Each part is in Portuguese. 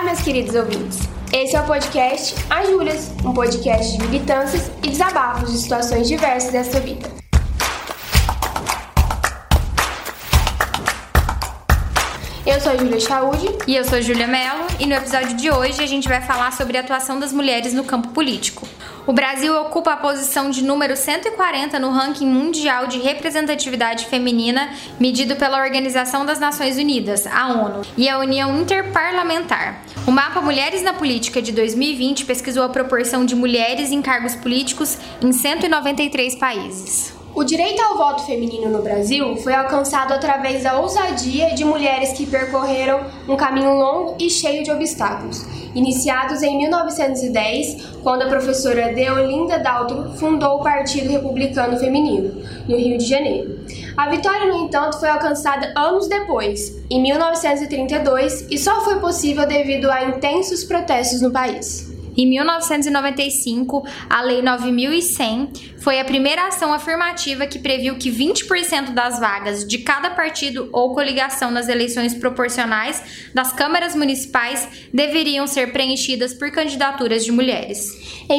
meus queridos ouvintes. Esse é o podcast As Júlias, um podcast de militâncias e desabafos de situações diversas dessa vida. Eu sou a Júlia Chaude. E eu sou a Júlia Mello, e no episódio de hoje a gente vai falar sobre a atuação das mulheres no campo político. O Brasil ocupa a posição de número 140 no ranking mundial de representatividade feminina, medido pela Organização das Nações Unidas, a ONU, e a União Interparlamentar. O mapa Mulheres na Política de 2020 pesquisou a proporção de mulheres em cargos políticos em 193 países. O direito ao voto feminino no Brasil foi alcançado através da ousadia de mulheres que percorreram um caminho longo e cheio de obstáculos, iniciados em 1910, quando a professora Deolinda Daltro fundou o Partido Republicano Feminino, no Rio de Janeiro. A vitória, no entanto, foi alcançada anos depois, em 1932, e só foi possível devido a intensos protestos no país. Em 1995, a Lei 9.100 foi a primeira ação afirmativa que previu que 20% das vagas de cada partido ou coligação nas eleições proporcionais das câmaras municipais deveriam ser preenchidas por candidaturas de mulheres. Em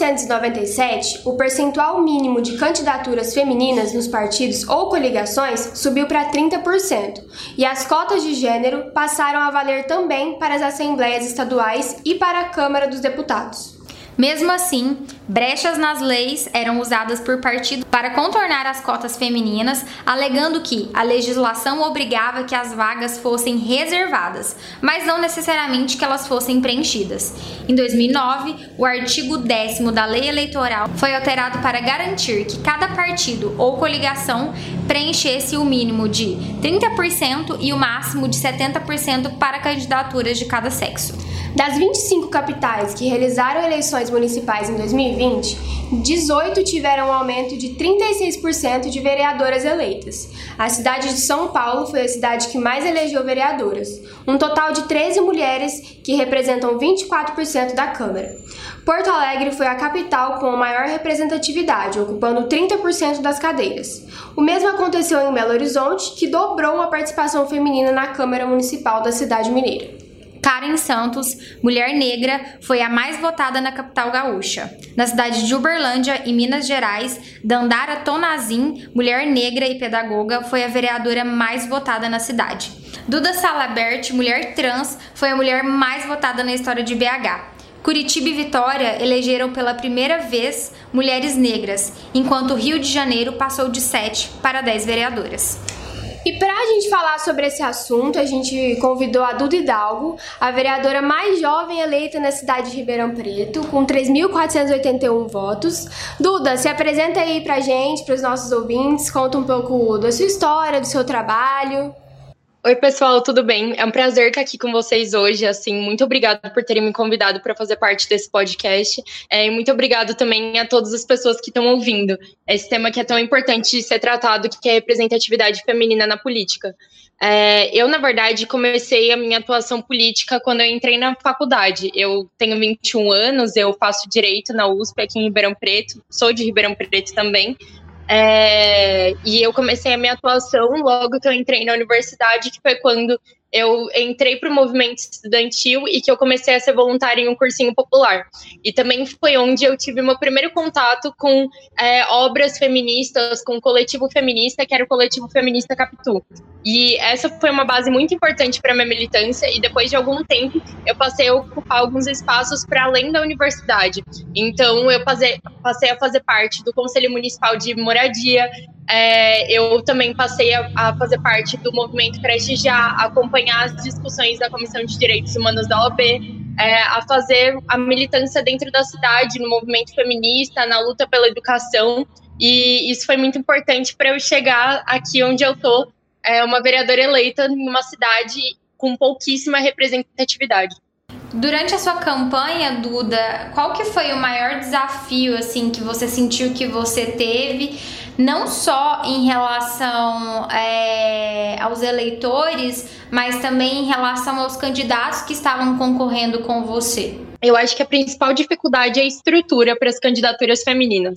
1997, o percentual mínimo de candidaturas femininas nos partidos ou coligações subiu para 30%, e as cotas de gênero passaram a valer também para as assembleias estaduais e para a Câmara dos Deputados. Mesmo assim, brechas nas leis eram usadas por partidos para contornar as cotas femininas, alegando que a legislação obrigava que as vagas fossem reservadas, mas não necessariamente que elas fossem preenchidas. Em 2009, o artigo 10º da Lei Eleitoral foi alterado para garantir que cada partido ou coligação preenchesse o mínimo de 30% e o máximo de 70% para candidaturas de cada sexo. Das 25 capitais que realizaram eleições municipais em 2020, 18 tiveram um aumento de 36% de vereadoras eleitas. A cidade de São Paulo foi a cidade que mais elegeu vereadoras, um total de 13 mulheres que representam 24% da Câmara. Porto Alegre foi a capital com a maior representatividade, ocupando 30% das cadeiras. O mesmo aconteceu em Belo Horizonte, que dobrou a participação feminina na Câmara Municipal da cidade mineira. Karen Santos, mulher negra, foi a mais votada na capital gaúcha. Na cidade de Uberlândia, em Minas Gerais, Dandara Tonazin, mulher negra e pedagoga, foi a vereadora mais votada na cidade. Duda Salabert, mulher trans, foi a mulher mais votada na história de BH. Curitiba e Vitória elegeram pela primeira vez mulheres negras, enquanto o Rio de Janeiro passou de 7 para 10 vereadoras. E para a gente falar sobre esse assunto, a gente convidou a Duda Hidalgo, a vereadora mais jovem eleita na cidade de Ribeirão Preto, com 3.481 votos. Duda, se apresenta aí para a gente, para os nossos ouvintes, conta um pouco da sua história, do seu trabalho. Oi, pessoal, tudo bem? É um prazer estar aqui com vocês hoje, muito obrigada por terem me convidado para fazer parte desse podcast, e muito obrigado também a todas as pessoas que estão ouvindo esse tema que é tão importante de ser tratado, que é a representatividade feminina na política. Eu, na verdade, comecei a minha atuação política quando eu entrei na faculdade. Eu tenho 21 anos, eu faço Direito na USP aqui em Ribeirão Preto, sou de Ribeirão Preto também. E eu comecei a minha atuação logo que eu entrei na universidade, que foi quando eu entrei para o movimento estudantil e que eu comecei a ser voluntária em um cursinho popular. E também foi onde eu tive meu primeiro contato com obras feministas, com o coletivo feminista, que era o Coletivo Feminista Capitu. E essa foi uma base muito importante para a minha militância, e depois de algum tempo eu passei a ocupar alguns espaços para além da universidade. Então eu passei a fazer parte do Conselho Municipal de Moradia. Eu também passei a fazer parte do movimento Prestigiar, acompanhar as discussões da Comissão de Direitos Humanos da OAB, a fazer a militância dentro da cidade, no movimento feminista, na luta pela educação, e isso foi muito importante para eu chegar aqui onde eu estou, uma vereadora eleita em uma cidade com pouquíssima representatividade. Durante a sua campanha, Duda, qual que foi o maior desafio que você sentiu que você teve, não só em relação aos eleitores, mas também em relação aos candidatos que estavam concorrendo com você? Eu acho que a principal dificuldade é a estrutura para as candidaturas femininas.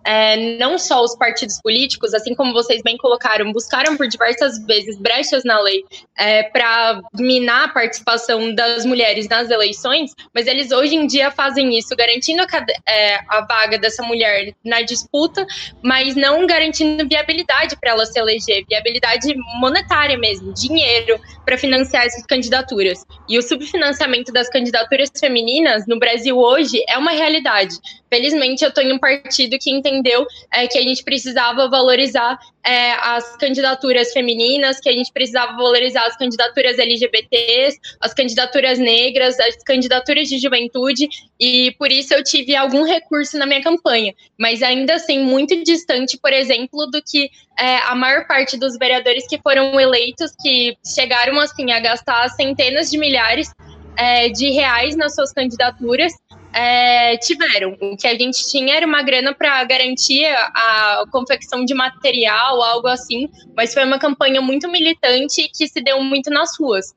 não só os partidos políticos, assim como vocês bem colocaram, buscaram por diversas vezes brechas na lei para minar a participação das mulheres nas eleições, mas eles hoje em dia fazem isso, garantindo a vaga dessa mulher na disputa, mas não garantindo viabilidade para ela se eleger, viabilidade monetária mesmo, dinheiro para financiar essas candidaturas. E o subfinanciamento das candidaturas femininas no Brasil hoje é uma realidade. Felizmente, eu estou em um partido que entendeu que a gente precisava valorizar as candidaturas femininas, que a gente precisava valorizar as candidaturas LGBTs, as candidaturas negras, as candidaturas de juventude, e por isso eu tive algum recurso na minha campanha, mas ainda assim muito distante, por exemplo, do que a maior parte dos vereadores que foram eleitos, que chegaram assim a gastar centenas de milhares de reais nas suas candidaturas, tiveram. O que a gente tinha era uma grana para garantir a confecção de material, algo assim, mas foi uma campanha muito militante que se deu muito nas ruas.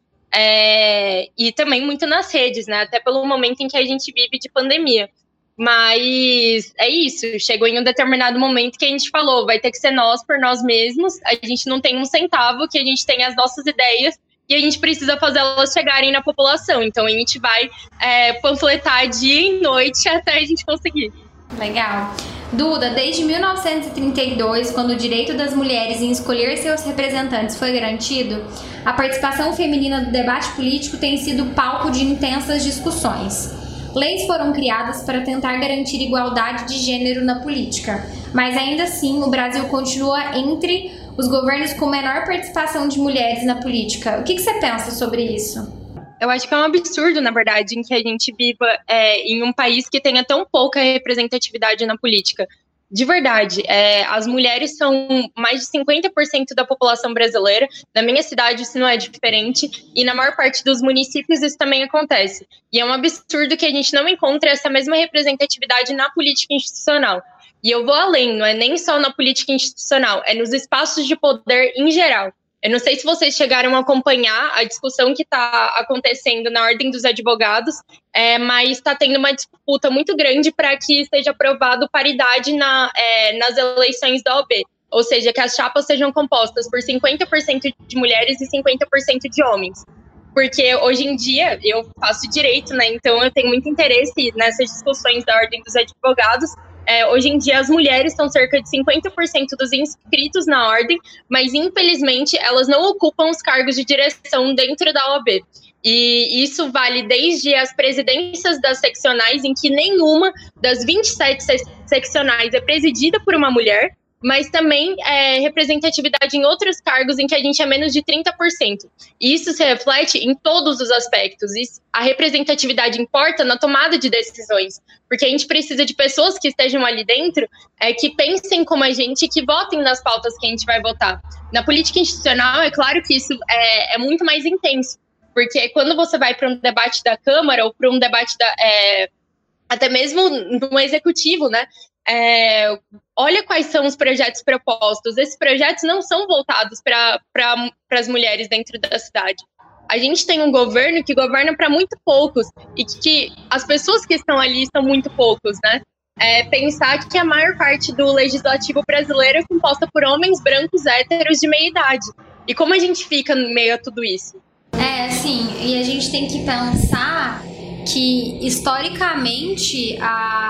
E também muito nas redes, né? Até pelo momento em que a gente vive de pandemia. Mas é isso, chegou em um determinado momento que a gente falou, vai ter que ser nós por nós mesmos, a gente não tem um centavo, que a gente tem as nossas ideias, e a gente precisa fazer elas chegarem na população. Então a gente vai panfletar dia e noite até a gente conseguir. Legal. Duda, desde 1932, quando o direito das mulheres em escolher seus representantes foi garantido, a participação feminina no debate político tem sido palco de intensas discussões. Leis foram criadas para tentar garantir igualdade de gênero na política, mas ainda assim o Brasil continua entre os governos com menor participação de mulheres na política. O que você pensa sobre isso? Eu acho que é um absurdo, na verdade, em que a gente viva em um país que tenha tão pouca representatividade na política. De verdade, as mulheres são mais de 50% da população brasileira. Na minha cidade isso não é diferente, e na maior parte dos municípios isso também acontece. E é um absurdo que a gente não encontre essa mesma representatividade na política institucional. E eu vou além, não é nem só na política institucional, é nos espaços de poder em geral. Eu não sei se vocês chegaram a acompanhar a discussão que está acontecendo na Ordem dos Advogados, mas está tendo uma disputa muito grande para que seja aprovado paridade nas eleições da OAB. Ou seja, que as chapas sejam compostas por 50% de mulheres e 50% de homens. Porque hoje em dia eu faço direito, né? Então eu tenho muito interesse nessas discussões da Ordem dos Advogados. Hoje em dia as mulheres são cerca de 50% dos inscritos na ordem, mas infelizmente elas não ocupam os cargos de direção dentro da OAB. E isso vale desde as presidências das seccionais, em que nenhuma das 27 seccionais é presidida por uma mulher, mas também representatividade em outros cargos em que a gente é menos de 30%. E isso se reflete em todos os aspectos. A representatividade importa na tomada de decisões, porque a gente precisa de pessoas que estejam ali dentro, que pensem como a gente, que votem nas pautas que a gente vai votar. Na política institucional, é claro que isso é muito mais intenso, porque quando você vai para um debate da Câmara ou para um debate até mesmo no executivo, né? Olha quais são os projetos propostos. Esses projetos não são voltados para as mulheres dentro da cidade. A gente tem um governo que governa para muito poucos e que as pessoas que estão ali são muito poucos, né? Pensar que a maior parte do legislativo brasileiro é composta por homens brancos héteros de meia idade. E como a gente fica no meio a tudo isso? Sim, e a gente tem que pensar que historicamente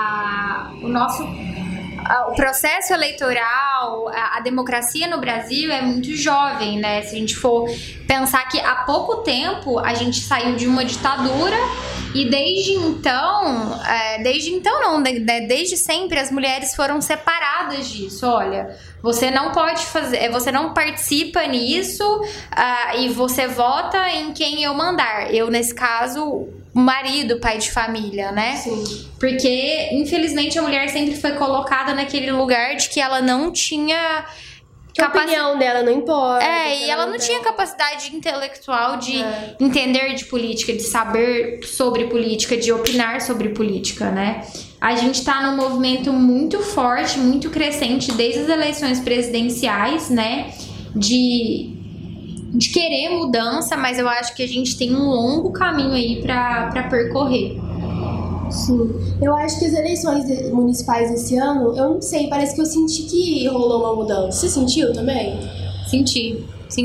o processo eleitoral, a democracia no Brasil é muito jovem, né? Se a gente for pensar que há pouco tempo a gente saiu de uma ditadura e desde sempre as mulheres foram separadas disso. Olha, você não pode fazer, você não participa nisso e você vota em quem eu mandar. Eu, nesse caso, marido, pai de família, né? Sim. Porque, infelizmente, a mulher sempre foi colocada naquele lugar de que ela não tinha A opinião dela não importa. E ela não tinha capacidade intelectual de entender de política, de saber sobre política, de opinar sobre política, né? A gente tá num movimento muito forte, muito crescente desde as eleições presidenciais, né? De querer mudança, mas eu acho que a gente tem um longo caminho aí pra percorrer. Sim, eu acho que as eleições municipais desse ano, eu não sei, parece que eu senti que rolou uma mudança. Você sentiu também? Senti.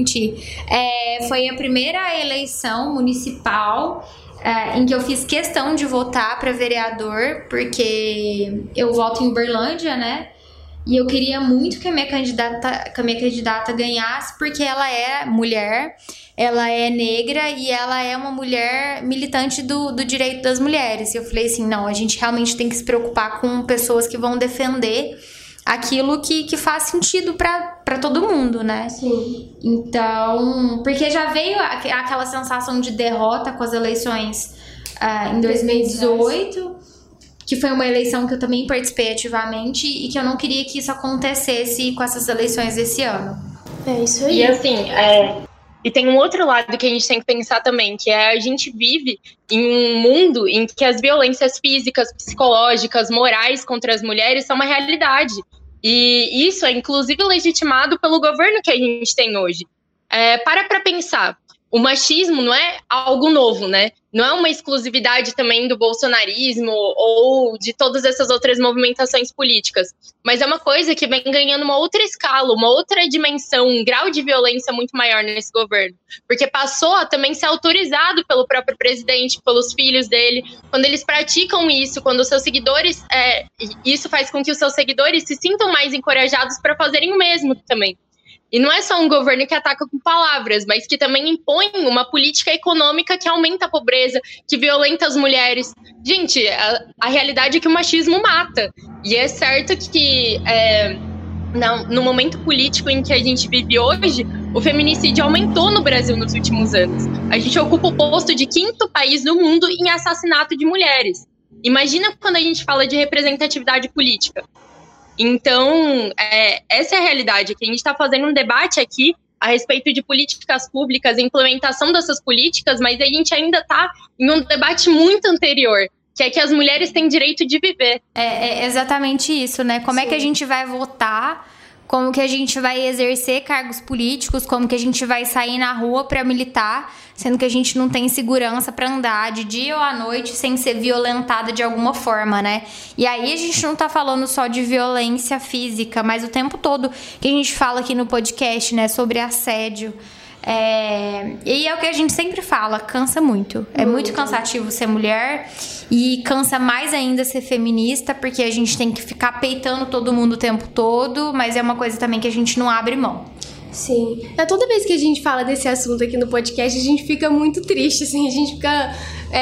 Foi a primeira eleição municipal em que eu fiz questão de votar para vereador, porque eu voto em Uberlândia, né? E eu queria muito que a minha candidata ganhasse, porque ela é mulher, ela é negra e ela é uma mulher militante do direito das mulheres. E eu falei assim, não, a gente realmente tem que se preocupar com pessoas que vão defender aquilo que faz sentido pra todo mundo, né? Sim. Então, porque já veio aquela sensação de derrota com as eleições em 2018, que foi uma eleição que eu também participei ativamente e que eu não queria que isso acontecesse com essas eleições desse ano. É isso aí. E assim, e tem um outro lado que a gente tem que pensar também, que é a gente vive em um mundo em que as violências físicas, psicológicas, morais contra as mulheres são uma realidade. E isso é inclusive legitimado pelo governo que a gente tem hoje. Para pensar, o machismo não é algo novo, né? Não é uma exclusividade também do bolsonarismo ou de todas essas outras movimentações políticas, mas é uma coisa que vem ganhando uma outra escala, uma outra dimensão, um grau de violência muito maior nesse governo, porque passou a também ser autorizado pelo próprio presidente, pelos filhos dele, quando eles praticam isso, quando os seus seguidores, isso faz com que os seus seguidores se sintam mais encorajados para fazerem o mesmo também. E não é só um governo que ataca com palavras, mas que também impõe uma política econômica que aumenta a pobreza, que violenta as mulheres. Gente, a realidade é que o machismo mata. E é certo que no momento político em que a gente vive hoje, o feminicídio aumentou no Brasil nos últimos anos. A gente ocupa o posto de 5º país do mundo em assassinato de mulheres. Imagina quando a gente fala de representatividade política. Então, essa é a realidade, que a gente está fazendo um debate aqui a respeito de políticas públicas, implementação dessas políticas, mas a gente ainda está em um debate muito anterior, que é que as mulheres têm direito de viver. É exatamente isso, né? Como Sim. é que a gente vai votar? Como que a gente vai exercer cargos políticos, como que a gente vai sair na rua para militar, sendo que a gente não tem segurança para andar de dia ou à noite sem ser violentada de alguma forma, né? E aí a gente não tá falando só de violência física, mas o tempo todo que a gente fala aqui no podcast, né, sobre assédio. E é o que a gente sempre fala, cansa muito. É muito cansativo ser mulher e cansa mais ainda ser feminista, porque a gente tem que ficar peitando todo mundo o tempo todo, mas é uma coisa também que a gente não abre mão. Sim. Toda vez que a gente fala desse assunto aqui no podcast, a gente fica muito triste, assim, a gente fica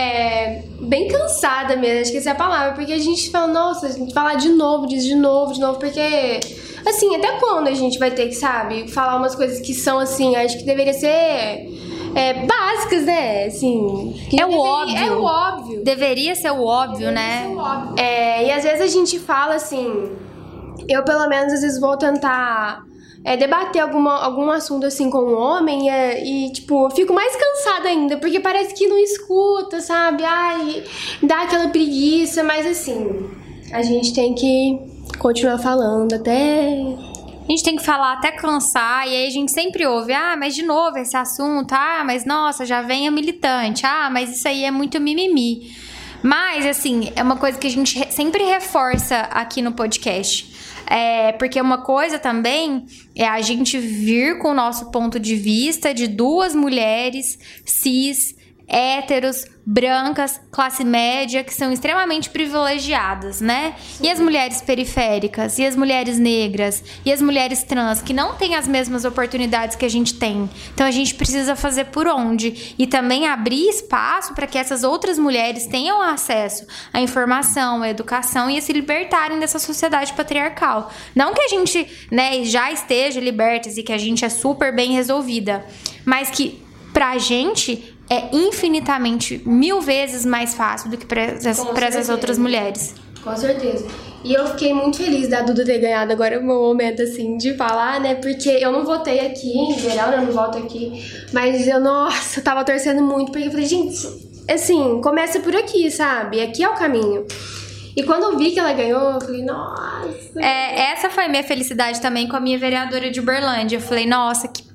bem cansada mesmo, acho que essa é a palavra, porque a gente fala, nossa, a gente falar de novo, diz de novo, porque... Assim, até quando a gente vai ter que, sabe, falar umas coisas que são, assim, acho que deveria ser básicas, né? Assim, o óbvio. É o óbvio. Deveria ser o óbvio, né? Ser o óbvio. E às vezes a gente fala, assim, eu pelo menos às vezes vou tentar debater algum assunto, assim, com um homem e, tipo, eu fico mais cansada ainda, porque parece que não escuta, sabe? Ai, dá aquela preguiça, mas, assim, a gente tem que continuar falando até... A gente tem que falar até cansar, e aí a gente sempre ouve, mas de novo esse assunto, mas nossa, já vem a militante, mas isso aí é muito mimimi. Mas, assim, é uma coisa que a gente sempre reforça aqui no podcast. Porque uma coisa também é a gente vir com o nosso ponto de vista de 2 mulheres cis, héteros, brancas, classe média, que são extremamente privilegiadas, né? Sim. E as mulheres periféricas, e as mulheres negras, e as mulheres trans, que não têm as mesmas oportunidades que a gente tem. Então a gente precisa fazer por onde? E também abrir espaço para que essas outras mulheres tenham acesso à informação, à educação e a se libertarem dessa sociedade patriarcal. Não que a gente, né, já esteja libertas e que a gente é super bem resolvida, mas que pra gente é infinitamente 1000 vezes mais fácil do que para essas outras mulheres. Com certeza. E eu fiquei muito feliz da Duda ter ganhado agora o meu momento, assim, de falar, né? Porque eu não votei aqui, em geral, né? Eu não voto aqui. Mas eu tava torcendo muito, porque eu falei, gente, assim, começa por aqui, sabe? Aqui é o caminho. E quando eu vi que ela ganhou, eu falei, nossa... Essa foi a minha felicidade também com a minha vereadora de Uberlândia. Eu falei, nossa, que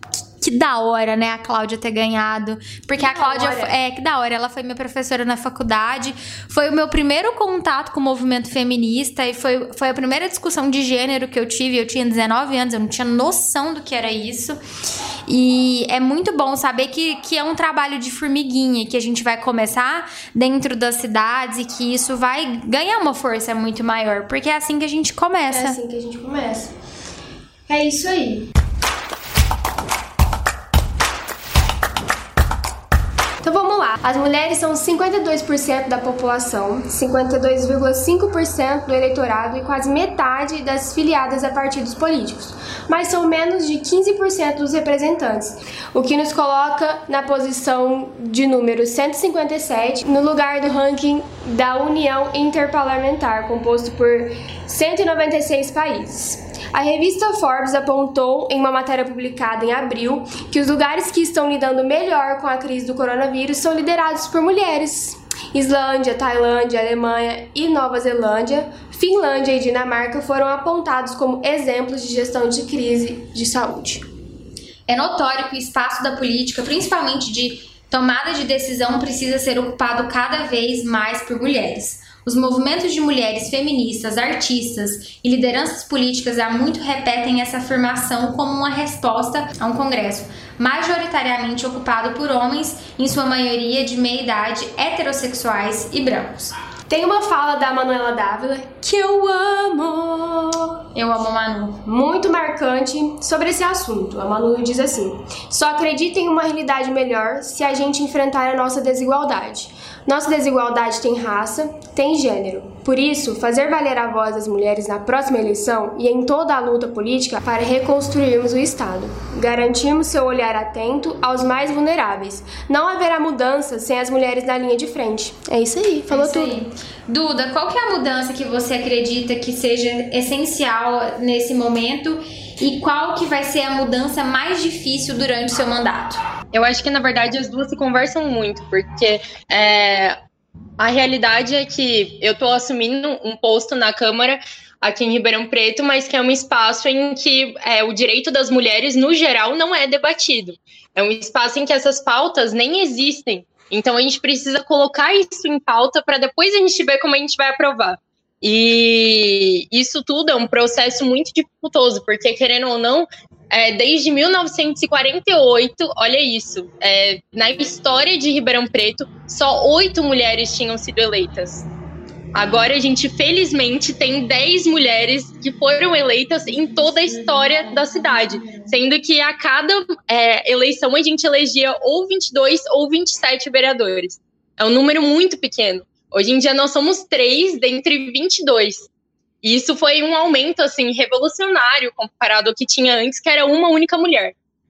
que da hora, né, a Cláudia ter ganhado. Porque a Cláudia, que da hora, ela foi minha professora na faculdade. Foi o meu primeiro contato com o movimento feminista e foi a primeira discussão de gênero que eu tive. Eu tinha 19 anos, eu não tinha noção do que era isso. E é muito bom saber que é um trabalho de formiguinha, que a gente vai começar dentro das cidades e que isso vai ganhar uma força muito maior, porque é assim que a gente começa. É assim que a gente começa. É isso aí. Então vamos lá. As mulheres são 52% da população, 52,5% do eleitorado e quase metade das filiadas a partidos políticos, mas são menos de 15% dos representantes, o que nos coloca na posição de número 157, no lugar do ranking da União Interparlamentar, composto por 196 países. A revista Forbes apontou em uma matéria publicada em abril que os lugares que estão lidando melhor com a crise do coronavírus são liderados por mulheres. Islândia, Tailândia, Alemanha e Nova Zelândia, Finlândia e Dinamarca foram apontados como exemplos de gestão de crise de saúde. É notório que o espaço da política, principalmente de tomada de decisão, precisa ser ocupado cada vez mais por mulheres. Os movimentos de mulheres feministas, artistas e lideranças políticas há muito repetem essa afirmação como uma resposta a um congresso majoritariamente ocupado por homens, em sua maioria de meia idade, heterossexuais e brancos. Tem uma fala da Manuela Dávila que eu amo. Eu amo a Manu. Muito marcante sobre esse assunto. A Manu diz assim: só acredito em uma realidade melhor se a gente enfrentar a nossa desigualdade. Nossa desigualdade tem raça, tem gênero. Por isso, fazer valer a voz das mulheres na próxima eleição e em toda a luta política para reconstruirmos o Estado. Garantirmos seu olhar atento aos mais vulneráveis. Não haverá mudança sem as mulheres na linha de frente. É isso aí, falou tudo. Aí. Duda, qual que é a mudança que você acredita que seja essencial nesse momento e qual que vai ser a mudança mais difícil durante o seu mandato? Eu acho que, na verdade, as duas se conversam muito, porque a realidade é que eu estou assumindo um posto na Câmara aqui em Ribeirão Preto, mas que é um espaço em que o direito das mulheres, no geral, não é debatido. É um espaço em que essas pautas nem existem. Então, a gente precisa colocar isso em pauta para depois a gente ver como a gente vai aprovar. E isso tudo é um processo muito dificultoso, porque, querendo ou não, desde 1948, olha isso, na história de Ribeirão Preto, só 8 mulheres tinham sido eleitas. Agora a gente, felizmente, tem 10 mulheres que foram eleitas em toda a história da cidade, sendo que a cada eleição a gente elegia ou 22 ou 27 vereadores. É um número muito pequeno. Hoje em dia nós somos 3 dentre 22. E isso foi um aumento, assim, revolucionário comparado ao que tinha antes, que era uma única mulher.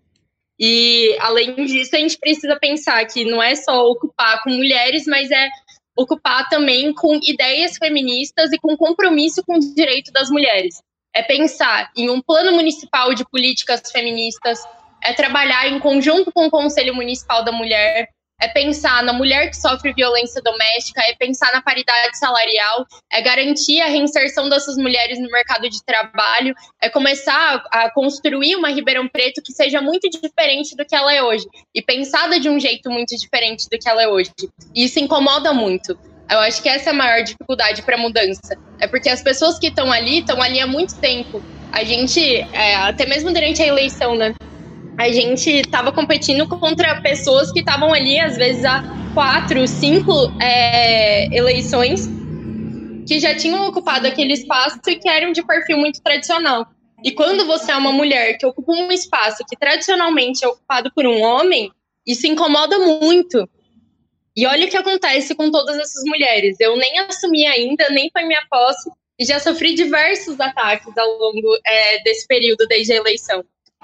E, além disso, a gente precisa pensar que não é só ocupar com mulheres, mas é ocupar também com ideias feministas e com compromisso com o direito das mulheres. É pensar em um plano municipal de políticas feministas, é trabalhar em conjunto com o Conselho Municipal da Mulher, é pensar na mulher que sofre violência doméstica, é pensar na paridade salarial, é garantir a reinserção dessas mulheres no mercado de trabalho, é começar a construir uma Ribeirão Preto que seja muito diferente do que ela é hoje, e pensada de um jeito muito diferente do que ela é hoje. E isso incomoda muito. Eu acho que essa é a maior dificuldade para a mudança. É porque as pessoas que estão ali há muito tempo. A gente, até mesmo durante a eleição, né? A gente estava competindo contra pessoas que estavam ali, às vezes, há 4, 5 eleições, que já tinham ocupado aquele espaço e que eram de perfil muito tradicional. E quando você é uma mulher que ocupa um espaço que tradicionalmente é ocupado por um homem, isso incomoda muito. E olha o que acontece com todas essas mulheres. Eu nem assumi ainda, nem foi minha posse, e já sofri diversos ataques ao longo desse período, desde a eleição.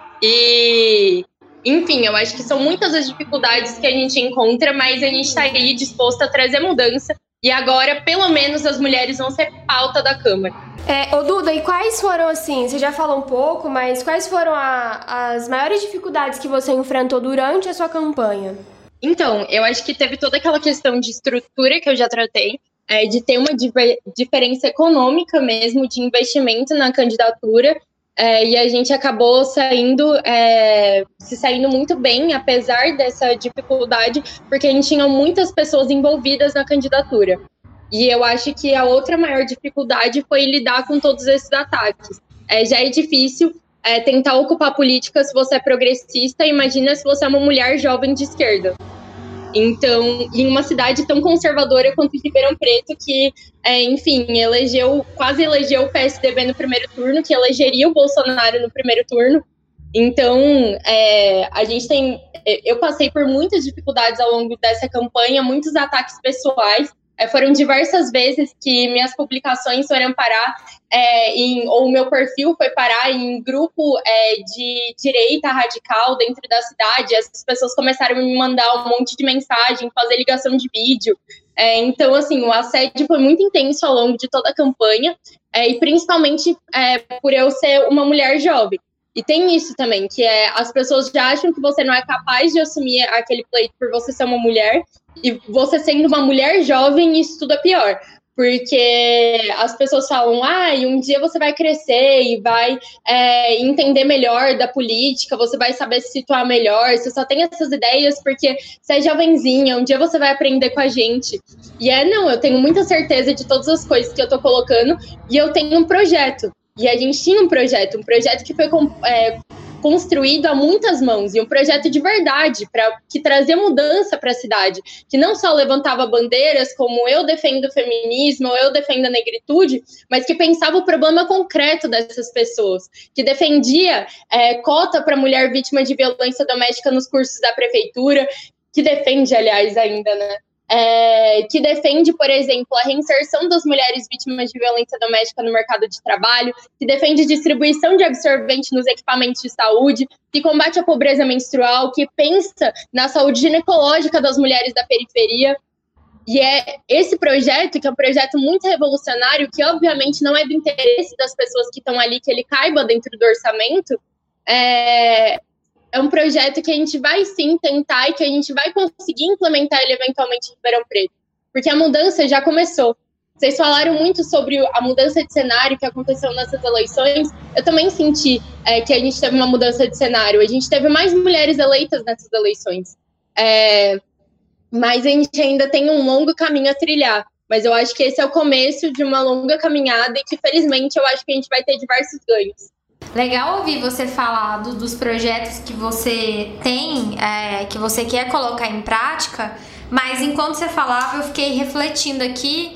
E, enfim, eu acho que são muitas as dificuldades que a gente encontra, mas a gente está aí disposto a trazer mudança. E agora, pelo menos, as mulheres vão ser pauta da Câmara. Ô Duda, e quais foram, assim, você já falou um pouco, mas quais foram as maiores dificuldades que você enfrentou durante a sua campanha? Então, eu acho que teve toda aquela questão de estrutura que eu já tratei, de ter uma diferença econômica mesmo, de investimento na candidatura. e a gente acabou se saindo muito bem, apesar dessa dificuldade, porque a gente tinha muitas pessoas envolvidas na candidatura. E eu acho que a outra maior dificuldade foi lidar com todos esses ataques. Já é difícil tentar ocupar política se você é progressista, imagina se você é uma mulher jovem de esquerda. Então, em uma cidade tão conservadora quanto Ribeirão Preto, que, enfim, quase elegeu o PSDB no primeiro turno, que elegeria o Bolsonaro no primeiro turno. Então, eu passei por muitas dificuldades ao longo dessa campanha, muitos ataques pessoais. Foram diversas vezes que minhas publicações foram parar, ou o meu perfil foi parar em grupo de direita radical dentro da cidade. As pessoas começaram a me mandar um monte de mensagem, fazer ligação de vídeo. Então, assim, o assédio foi muito intenso ao longo de toda a campanha, e principalmente por eu ser uma mulher jovem. E tem isso também, que as pessoas já acham que você não é capaz de assumir aquele pleito por você ser uma mulher, e você sendo uma mulher jovem, isso tudo é pior. Porque as pessoas falam, um dia você vai crescer e vai entender melhor da política, você vai saber se situar melhor, você só tem essas ideias porque você é jovenzinha, um dia você vai aprender com a gente. E eu tenho muita certeza de todas as coisas que eu tô colocando, e eu tenho um projeto. E a gente tinha um projeto que foi construído a muitas mãos, e um projeto de verdade, que trazia mudança para a cidade, que não só levantava bandeiras como eu defendo o feminismo, ou eu defendo a negritude, mas que pensava o problema concreto dessas pessoas, que defendia cota para mulher vítima de violência doméstica nos cursos da prefeitura, que defende, aliás, ainda, né? Que defende, por exemplo, a reinserção das mulheres vítimas de violência doméstica no mercado de trabalho, que defende distribuição de absorvente nos equipamentos de saúde, que combate a pobreza menstrual, que pensa na saúde ginecológica das mulheres da periferia. E é esse projeto, que é um projeto muito revolucionário, que obviamente não é do interesse das pessoas que estão ali, que ele caiba dentro do orçamento, é um projeto que a gente vai sim tentar e que a gente vai conseguir implementar ele eventualmente em Ribeirão Preto. Porque a mudança já começou. Vocês falaram muito sobre a mudança de cenário que aconteceu nessas eleições. Eu também senti que a gente teve uma mudança de cenário. A gente teve mais mulheres eleitas nessas eleições. Mas a gente ainda tem um longo caminho a trilhar. Mas eu acho que esse é o começo de uma longa caminhada e que, felizmente, eu acho que a gente vai ter diversos ganhos. Legal ouvir você falar dos projetos que você tem, que você quer colocar em prática, mas enquanto você falava, eu fiquei refletindo aqui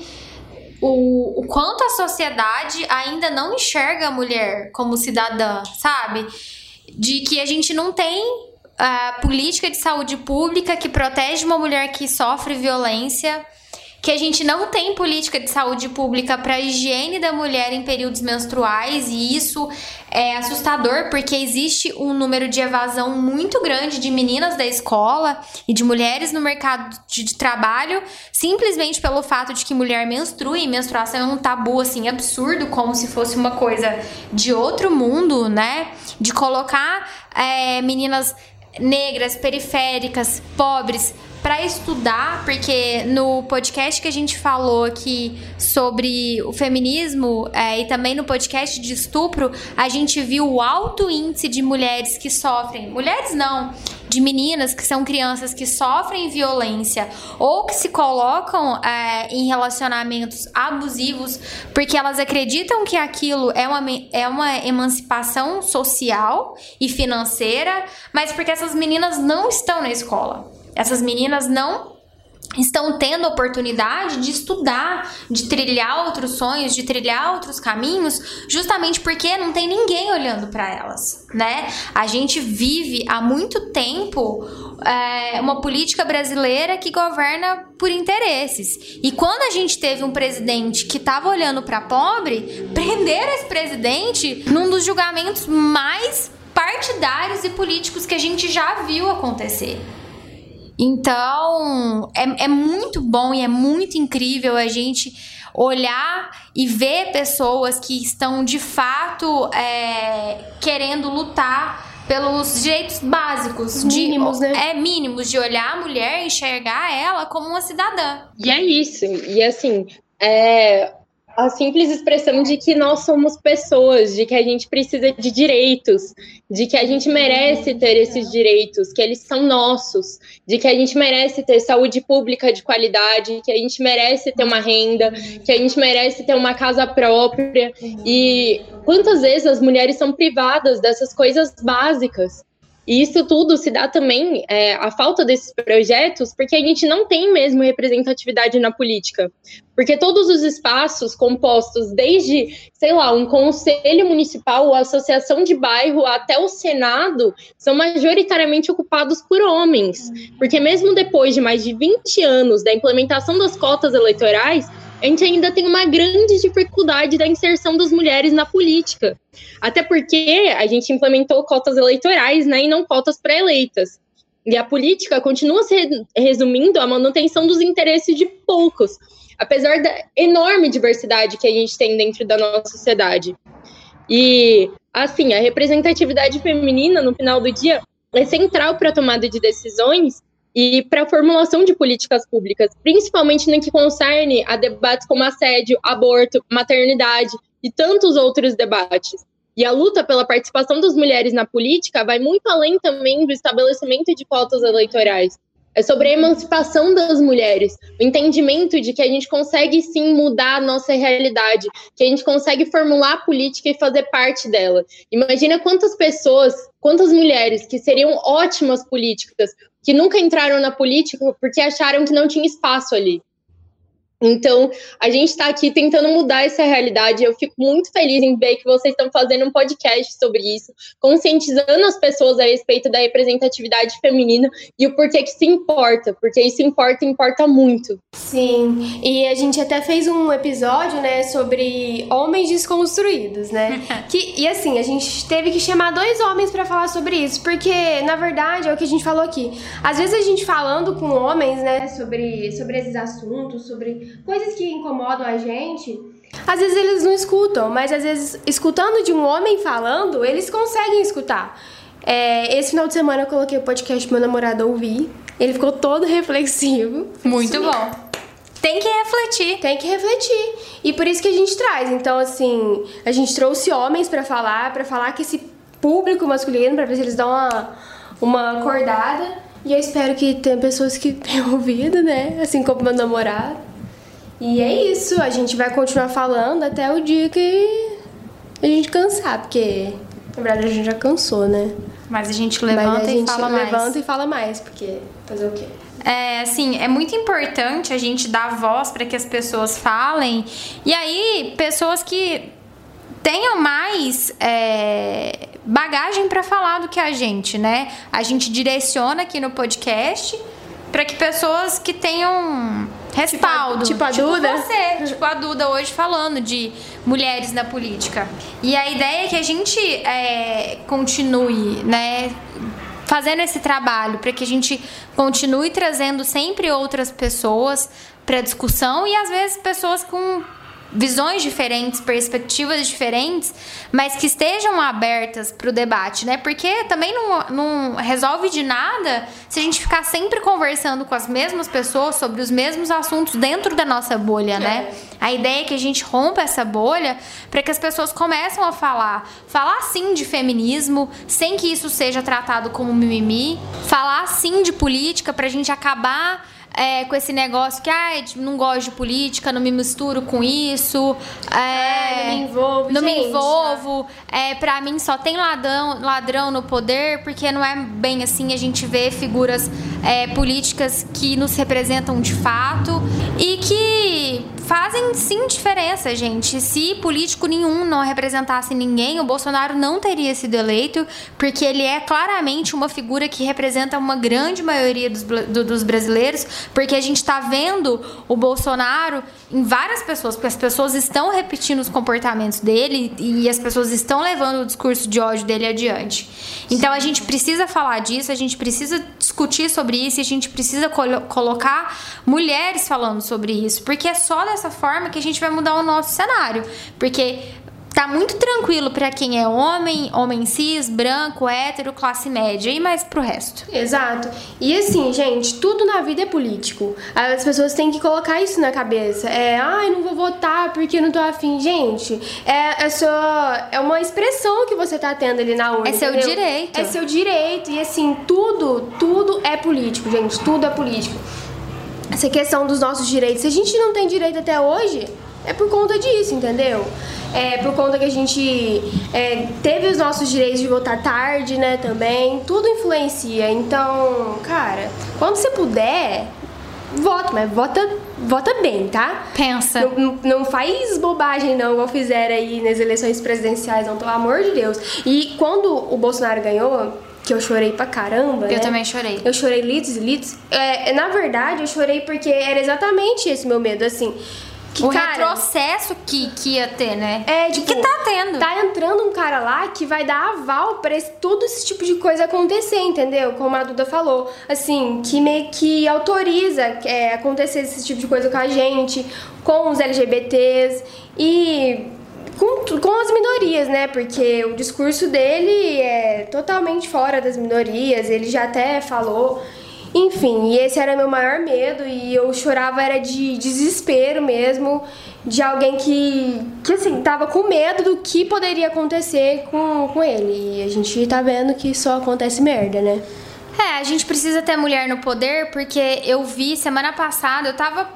o quanto a sociedade ainda não enxerga a mulher como cidadã, sabe? De que a gente não tem política de saúde pública que protege uma mulher que sofre violência, que a gente não tem política de saúde pública para a higiene da mulher em períodos menstruais, e isso é assustador porque existe um número de evasão muito grande de meninas da escola e de mulheres no mercado de trabalho, simplesmente pelo fato de que mulher menstrua, e menstruação é um tabu assim absurdo, como se fosse uma coisa de outro mundo, né? De colocar meninas negras, periféricas, pobres para estudar, porque no podcast que a gente falou aqui sobre o feminismo e também no podcast de estupro, a gente viu o alto índice de mulheres que sofrem, mulheres não, de meninas que são crianças que sofrem violência ou que se colocam em relacionamentos abusivos porque elas acreditam que aquilo é uma emancipação social e financeira, mas porque essas meninas não estão na escola. Essas meninas não estão tendo oportunidade de estudar, de trilhar outros sonhos, de trilhar outros caminhos, justamente porque não tem ninguém olhando para elas, né? A gente vive há muito tempo uma política brasileira que governa por interesses. E quando a gente teve um presidente que estava olhando para pobre, prender esse presidente num dos julgamentos mais partidários e políticos que a gente já viu acontecer. Então, é muito bom e é muito incrível a gente olhar e ver pessoas que estão, de fato, querendo lutar pelos direitos básicos. Mínimos, né? Mínimos, de olhar a mulher e enxergar ela como uma cidadã. E é isso. E, assim, a simples expressão de que nós somos pessoas, de que a gente precisa de direitos, de que a gente merece ter esses direitos, que eles são nossos, de que a gente merece ter saúde pública de qualidade, que a gente merece ter uma renda, que a gente merece ter uma casa própria. E quantas vezes as mulheres são privadas dessas coisas básicas? E isso tudo se dá também, a falta desses projetos, porque a gente não tem mesmo representatividade na política. Porque todos os espaços compostos, desde, sei lá, um conselho municipal, a associação de bairro, até o Senado, são majoritariamente ocupados por homens. Porque mesmo depois de mais de 20 anos da implementação das cotas eleitorais, a gente ainda tem uma grande dificuldade da inserção das mulheres na política. Até porque a gente implementou cotas eleitorais, né, e não cotas pré-eleitas. E a política continua se resumindo à manutenção dos interesses de poucos, apesar da enorme diversidade que a gente tem dentro da nossa sociedade. E, assim, a representatividade feminina, no final do dia, é central para a tomada de decisões e para a formulação de políticas públicas, principalmente no que concerne a debates como assédio, aborto, maternidade e tantos outros debates. E a luta pela participação das mulheres na política vai muito além também do estabelecimento de cotas eleitorais. É sobre a emancipação das mulheres, o entendimento de que a gente consegue sim mudar a nossa realidade, que a gente consegue formular a política e fazer parte dela. Imagina quantas pessoas, quantas mulheres que seriam ótimas políticas, que nunca entraram na política porque acharam que não tinha espaço ali. Então, a gente está aqui tentando mudar essa realidade. Eu fico muito feliz em ver que vocês estão fazendo um podcast sobre isso, conscientizando as pessoas a respeito da representatividade feminina e o porquê que isso importa, porque isso importa muito. Sim, e a gente até fez um episódio, né, sobre homens desconstruídos, né? E assim, a gente teve que chamar 2 homens pra falar sobre isso, porque, na verdade, é o que a gente falou aqui. Às vezes a gente falando com homens, né, sobre esses assuntos, sobre coisas que incomodam a gente, às vezes eles não escutam, mas às vezes, escutando de um homem falando, eles conseguem escutar. Esse final de semana eu coloquei o podcast pro meu namorado ouvir, ele ficou todo reflexivo. Muito bom. Tem que refletir. Tem que refletir. E por isso que a gente traz. Então, assim, a gente trouxe homens pra falar que esse público masculino, pra ver se eles dão uma acordada. E eu espero que tenha pessoas que tenham ouvido, né? Assim como meu namorado. E é isso, a gente vai continuar falando até o dia que a gente cansar, porque na verdade a gente já cansou, né? Mas a gente levanta e fala mais. Levanta e fala mais, porque fazer o quê? Assim, é muito importante a gente dar voz para que as pessoas falem. E aí, pessoas que tenham mais bagagem para falar do que a gente, né? A gente direciona aqui no podcast para que pessoas que tenham respaldo. Tipo a Duda? Você, tipo a Duda hoje falando de mulheres na política. E a ideia é que a gente continue, né, fazendo esse trabalho para que a gente continue trazendo sempre outras pessoas para discussão e às vezes pessoas com visões diferentes, perspectivas diferentes, mas que estejam abertas para o debate, né? Porque também não resolve de nada se a gente ficar sempre conversando com as mesmas pessoas sobre os mesmos assuntos dentro da nossa bolha, né? A ideia é que a gente rompa essa bolha para que as pessoas comecem a falar sim de feminismo, sem que isso seja tratado como mimimi, falar sim de política para a gente acabar com esse negócio que não gosto de política, não me misturo com isso, não me envolvo, pra mim só tem ladrão no poder, porque não é bem assim. A gente vê figuras políticas que nos representam de fato e que fazem sim diferença, gente. Se político nenhum não representasse ninguém, o Bolsonaro não teria sido eleito, porque ele é claramente uma figura que representa uma grande maioria dos brasileiros, porque a gente está vendo o Bolsonaro em várias pessoas, porque as pessoas estão repetindo os comportamentos dele e as pessoas estão levando o discurso de ódio dele adiante. Então a gente precisa falar disso, a gente precisa discutir sobre isso, e a gente precisa colocar mulheres falando sobre isso, porque é só dessa forma que a gente vai mudar o nosso cenário. Porque tá muito tranquilo pra quem é homem cis, branco, hétero, classe média e mais pro resto. Exato. E assim, gente, tudo na vida é político. As pessoas têm que colocar isso na cabeça. Ai, não vou votar porque não tô afim. Gente, é uma expressão que você tá tendo ali na urna. É seu direito. É seu direito. E assim, tudo é político, gente. Tudo é político. Essa questão dos nossos direitos. Se a gente não tem direito até hoje, é por conta disso, entendeu? É por conta que a gente teve os nossos direitos de votar tarde, né, também. Tudo influencia. Então, cara, quando você puder, vota, mas vota bem, tá? Pensa. Não faz bobagem, não, igual fizeram aí nas eleições presidenciais, não, pelo amor de Deus. E quando o Bolsonaro ganhou, que eu chorei pra caramba, Eu também chorei. Eu chorei litros e litros. Na verdade, eu chorei porque era exatamente esse meu medo, assim. O retrocesso que ia ter, né? Tipo, que tá tendo. Tá entrando um cara lá que vai dar aval pra todo esse tipo de coisa acontecer, entendeu? Como a Duda falou. Assim, que meio que autoriza acontecer esse tipo de coisa com a gente, com os LGBTs e com as minorias, né? Porque o discurso dele é totalmente fora das minorias, ele já até falou. Enfim, e esse era meu maior medo e eu chorava, era de desespero mesmo, de alguém que assim, tava com medo do que poderia acontecer com ele. E a gente tá vendo que só acontece merda, né? A gente precisa ter mulher no poder, porque eu vi semana passada, eu tava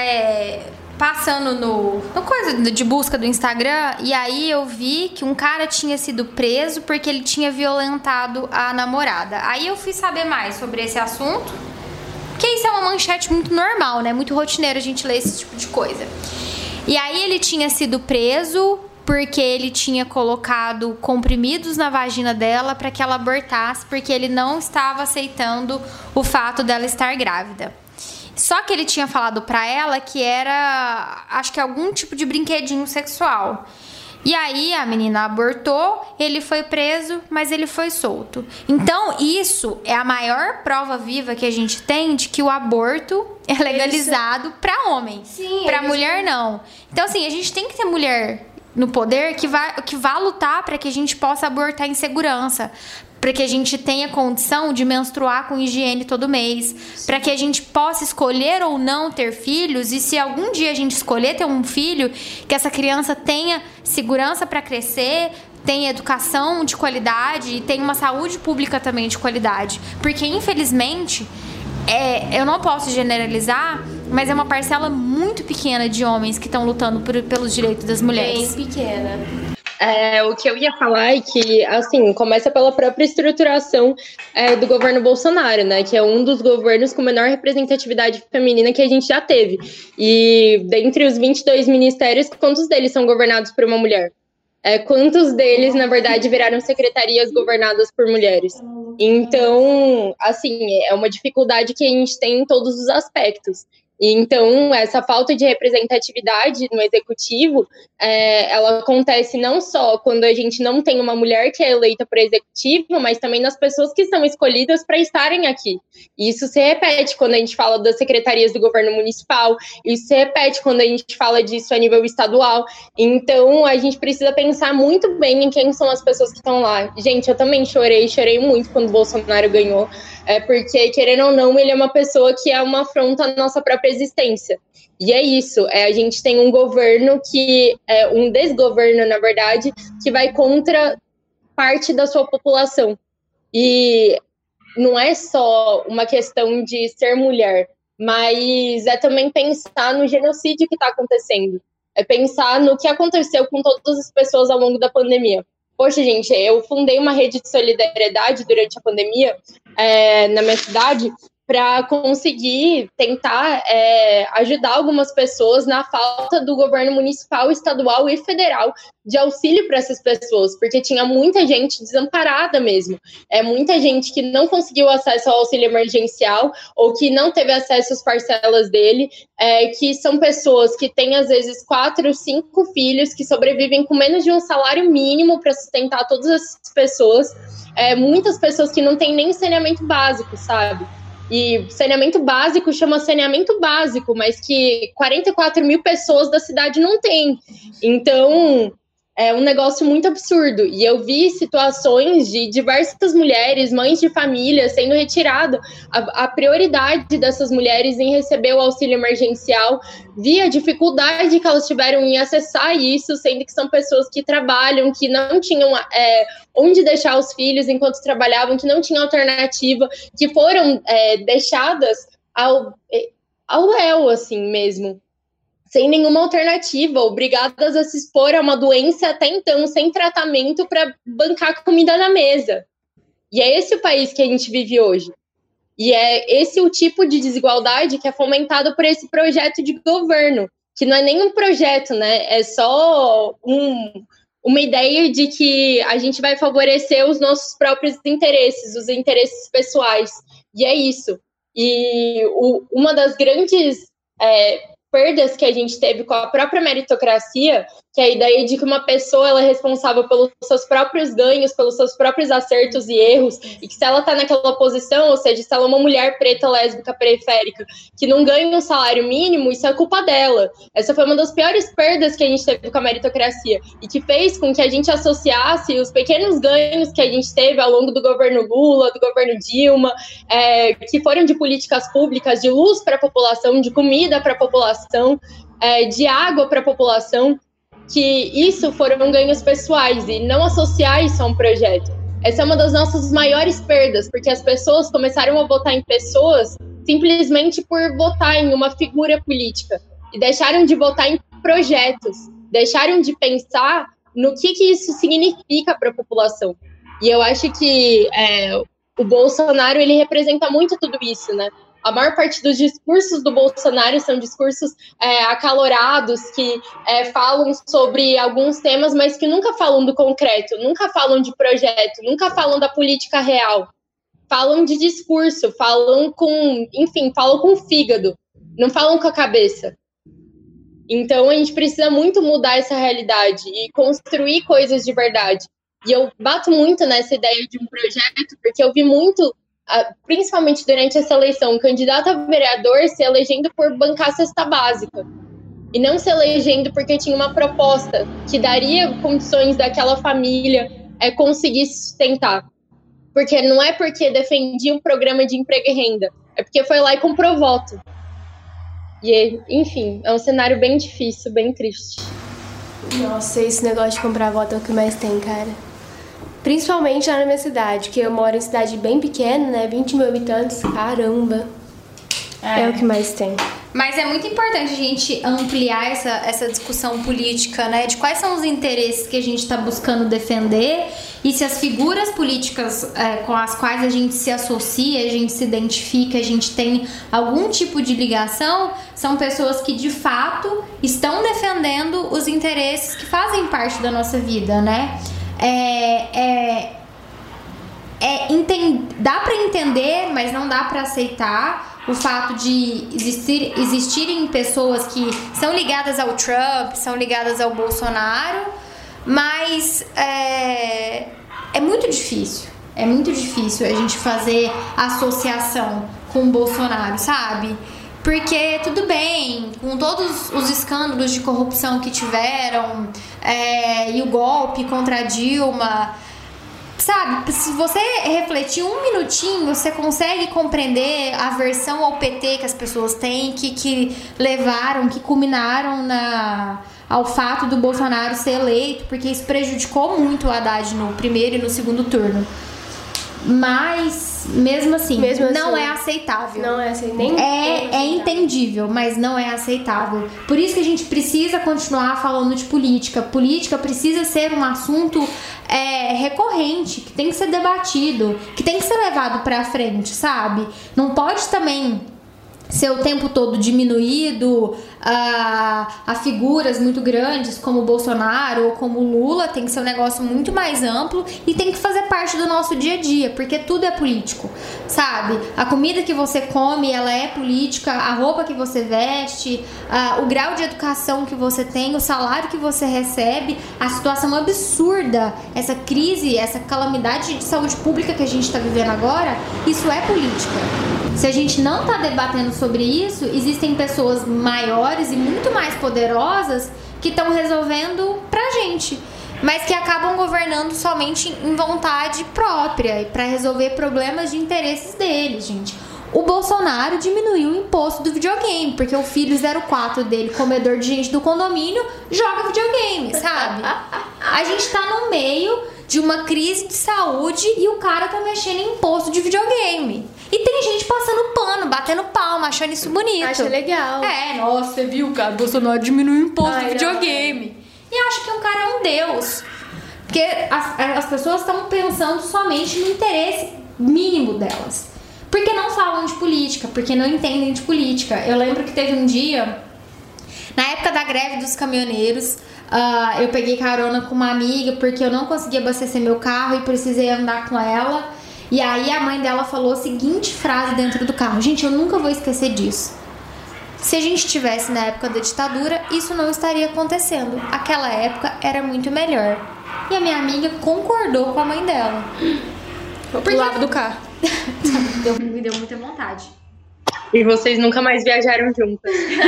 passando no coisa de busca do Instagram, e aí eu vi que um cara tinha sido preso porque ele tinha violentado a namorada. Aí eu fui saber mais sobre esse assunto, porque isso é uma manchete muito normal, né? Muito rotineiro a gente ler esse tipo de coisa. E aí ele tinha sido preso porque ele tinha colocado comprimidos na vagina dela para que ela abortasse, porque ele não estava aceitando o fato dela estar grávida. Só que ele tinha falado pra ela que era, acho que algum tipo de brinquedinho sexual. E aí a menina abortou, ele foi preso, mas ele foi solto. Então isso é a maior prova viva que a gente tem de que o aborto é legalizado pra homem. Sim, pra mulher não. Então assim, a gente tem que ter mulher no poder que vá lutar para que a gente possa abortar em segurança, para que a gente tenha condição de menstruar com higiene todo mês, para que a gente possa escolher ou não ter filhos, e se algum dia a gente escolher ter um filho, que essa criança tenha segurança para crescer, tenha educação de qualidade e tenha uma saúde pública também de qualidade. Porque, infelizmente, eu não posso generalizar, mas é uma parcela muito pequena de homens que estão lutando pelos direitos das mulheres. Bem pequena. O que eu ia falar é que, assim, começa pela própria estruturação do governo Bolsonaro, né? Que é um dos governos com menor representatividade feminina que a gente já teve. E dentre os 22 ministérios, quantos deles são governados por uma mulher? Quantos deles, na verdade, viraram secretarias governadas por mulheres? Então, assim, é uma dificuldade que a gente tem em todos os aspectos. E então, essa falta de representatividade no executivo, ela acontece não só quando a gente não tem uma mulher que é eleita para executivo, mas também nas pessoas que são escolhidas para estarem aqui. E isso se repete quando a gente fala das secretarias do governo municipal, isso se repete quando a gente fala disso a nível estadual. Então, a gente precisa pensar muito bem em quem são as pessoas que estão lá. Gente, eu também chorei muito quando o Bolsonaro ganhou, porque, querendo ou não, ele é uma pessoa que é uma afronta à nossa própria existência. E é isso, a gente tem um governo que é um desgoverno, na verdade, que vai contra parte da sua população. E não é só uma questão de ser mulher, mas é também pensar no genocídio que está acontecendo. É pensar no que aconteceu com todas as pessoas ao longo da pandemia. Poxa, gente, eu fundei uma rede de solidariedade durante a pandemia na minha cidade para conseguir tentar ajudar algumas pessoas na falta do governo municipal, estadual e federal de auxílio para essas pessoas, porque tinha muita gente desamparada mesmo, muita gente que não conseguiu acesso ao auxílio emergencial ou que não teve acesso às parcelas dele, que são pessoas que têm às vezes 4, 5 filhos, que sobrevivem com menos de um salário mínimo para sustentar todas essas pessoas, muitas pessoas que não têm nem saneamento básico, sabe? E saneamento básico chama saneamento básico, mas que 44 mil pessoas da cidade não têm. Então, é um negócio muito absurdo. E eu vi situações de diversas mulheres, mães de família, sendo retirado a prioridade dessas mulheres em receber o auxílio emergencial, vi a dificuldade que elas tiveram em acessar isso, sendo que são pessoas que trabalham, que não tinham onde deixar os filhos enquanto trabalhavam, que não tinham alternativa, que foram deixadas ao léu, assim mesmo, sem nenhuma alternativa, obrigadas a se expor a uma doença até então, sem tratamento, para bancar comida na mesa. E é esse o país que a gente vive hoje. E é esse o tipo de desigualdade que é fomentado por esse projeto de governo, que não é nem um projeto, né? É só uma ideia de que a gente vai favorecer os nossos próprios interesses, os interesses pessoais. E é isso. E uma das grandes perdas que a gente teve com a própria meritocracia, que é a ideia de que uma pessoa ela é responsável pelos seus próprios ganhos, pelos seus próprios acertos e erros, e que se ela está naquela posição, ou seja, se ela é uma mulher preta, lésbica, periférica, que não ganha um salário mínimo, isso é culpa dela. Essa foi uma das piores perdas que a gente teve com a meritocracia, e que fez com que a gente associasse os pequenos ganhos que a gente teve ao longo do governo Lula, do governo Dilma, que foram de políticas públicas, de luz para a população, de comida para a população, de água para a população, que isso foram ganhos pessoais e não associar isso a um projeto. Essa é uma das nossas maiores perdas, porque as pessoas começaram a votar em pessoas simplesmente por votar em uma figura política e deixaram de votar em projetos, deixaram de pensar no que isso significa para a população. E eu acho que o Bolsonaro, ele representa muito tudo isso, né? A maior parte dos discursos do Bolsonaro são discursos acalorados, que falam sobre alguns temas, mas que nunca falam do concreto, nunca falam de projeto, nunca falam da política real. Falam de discurso, falam com o fígado, não falam com a cabeça. Então a gente precisa muito mudar essa realidade e construir coisas de verdade. E eu bato muito nessa ideia de um projeto, porque eu vi muito, principalmente durante essa eleição, um candidato a vereador se elegendo por bancar a cesta básica e não se elegendo porque tinha uma proposta que daria condições daquela família conseguir sustentar. Porque não é porque defendia um programa de emprego e renda, é porque foi lá e comprou voto. E, enfim, é um cenário bem difícil, bem triste. Nossa, esse negócio de comprar voto é o que mais tem, cara. Principalmente lá na minha cidade, que eu moro em cidade bem pequena, né? 20 mil habitantes, caramba. É o que mais tem. Mas é muito importante a gente ampliar essa discussão política, né? De quais são os interesses que a gente está buscando defender e se as figuras políticas com as quais a gente se associa, a gente se identifica, a gente tem algum tipo de ligação, são pessoas que de fato estão defendendo os interesses que fazem parte da nossa vida, né? Dá para entender, mas não dá para aceitar o fato de existirem pessoas que são ligadas ao Trump, são ligadas ao Bolsonaro, mas é muito difícil a gente fazer associação com o Bolsonaro, sabe? Porque tudo bem, com todos os escândalos de corrupção que tiveram, e o golpe contra a Dilma, sabe, se você refletir um minutinho, você consegue compreender a aversão ao PT que as pessoas têm, que levaram, que culminaram ao fato do Bolsonaro ser eleito, porque isso prejudicou muito o Haddad no primeiro e no segundo turno. Mas, mesmo assim, não é aceitável. Não é aceitável. É entendível, mas não é aceitável. Por isso que a gente precisa continuar falando de política. Política precisa ser um assunto recorrente, que tem que ser debatido, que tem que ser levado pra frente, sabe? Não pode também ser o tempo todo diminuído a figuras muito grandes como o Bolsonaro ou como o Lula. Tem que ser um negócio muito mais amplo e tem que fazer parte do nosso dia a dia, porque tudo é político, sabe? A comida que você come, ela é política, a roupa que você veste, o grau de educação que você tem, o salário que você recebe, a situação absurda, essa crise, essa calamidade de saúde pública que a gente está vivendo agora, isso é política. Se a gente não está debatendo sobre isso, existem pessoas maiores e muito mais poderosas que estão resolvendo pra gente. mas que acabam governando somente em vontade própria e para resolver problemas de interesses deles, gente. O Bolsonaro diminuiu o imposto do videogame, porque o filho 04 dele, comedor de gente do condomínio, joga videogame, sabe? A gente tá no meio de uma crise de saúde e o cara tá mexendo em imposto de videogame. E tem gente passando pano, batendo palma, achando isso bonito. Acha legal. Nossa, você viu, cara, o Bolsonaro diminuiu o imposto do videogame. E acha que o cara é um deus. Porque as pessoas estão pensando somente no interesse mínimo delas. Porque não falam de política, porque não entendem de política. Eu lembro que teve um dia, na época da greve dos caminhoneiros, eu peguei carona com uma amiga porque eu não conseguia abastecer meu carro e precisei andar com ela. E aí a mãe dela falou a seguinte frase dentro do carro. Gente, eu nunca vou esquecer disso. Se a gente estivesse na época da ditadura, isso não estaria acontecendo. Aquela época era muito melhor. E a minha amiga concordou com a mãe dela. Pro lado do carro. Me deu muita vontade. E vocês nunca mais viajaram juntas.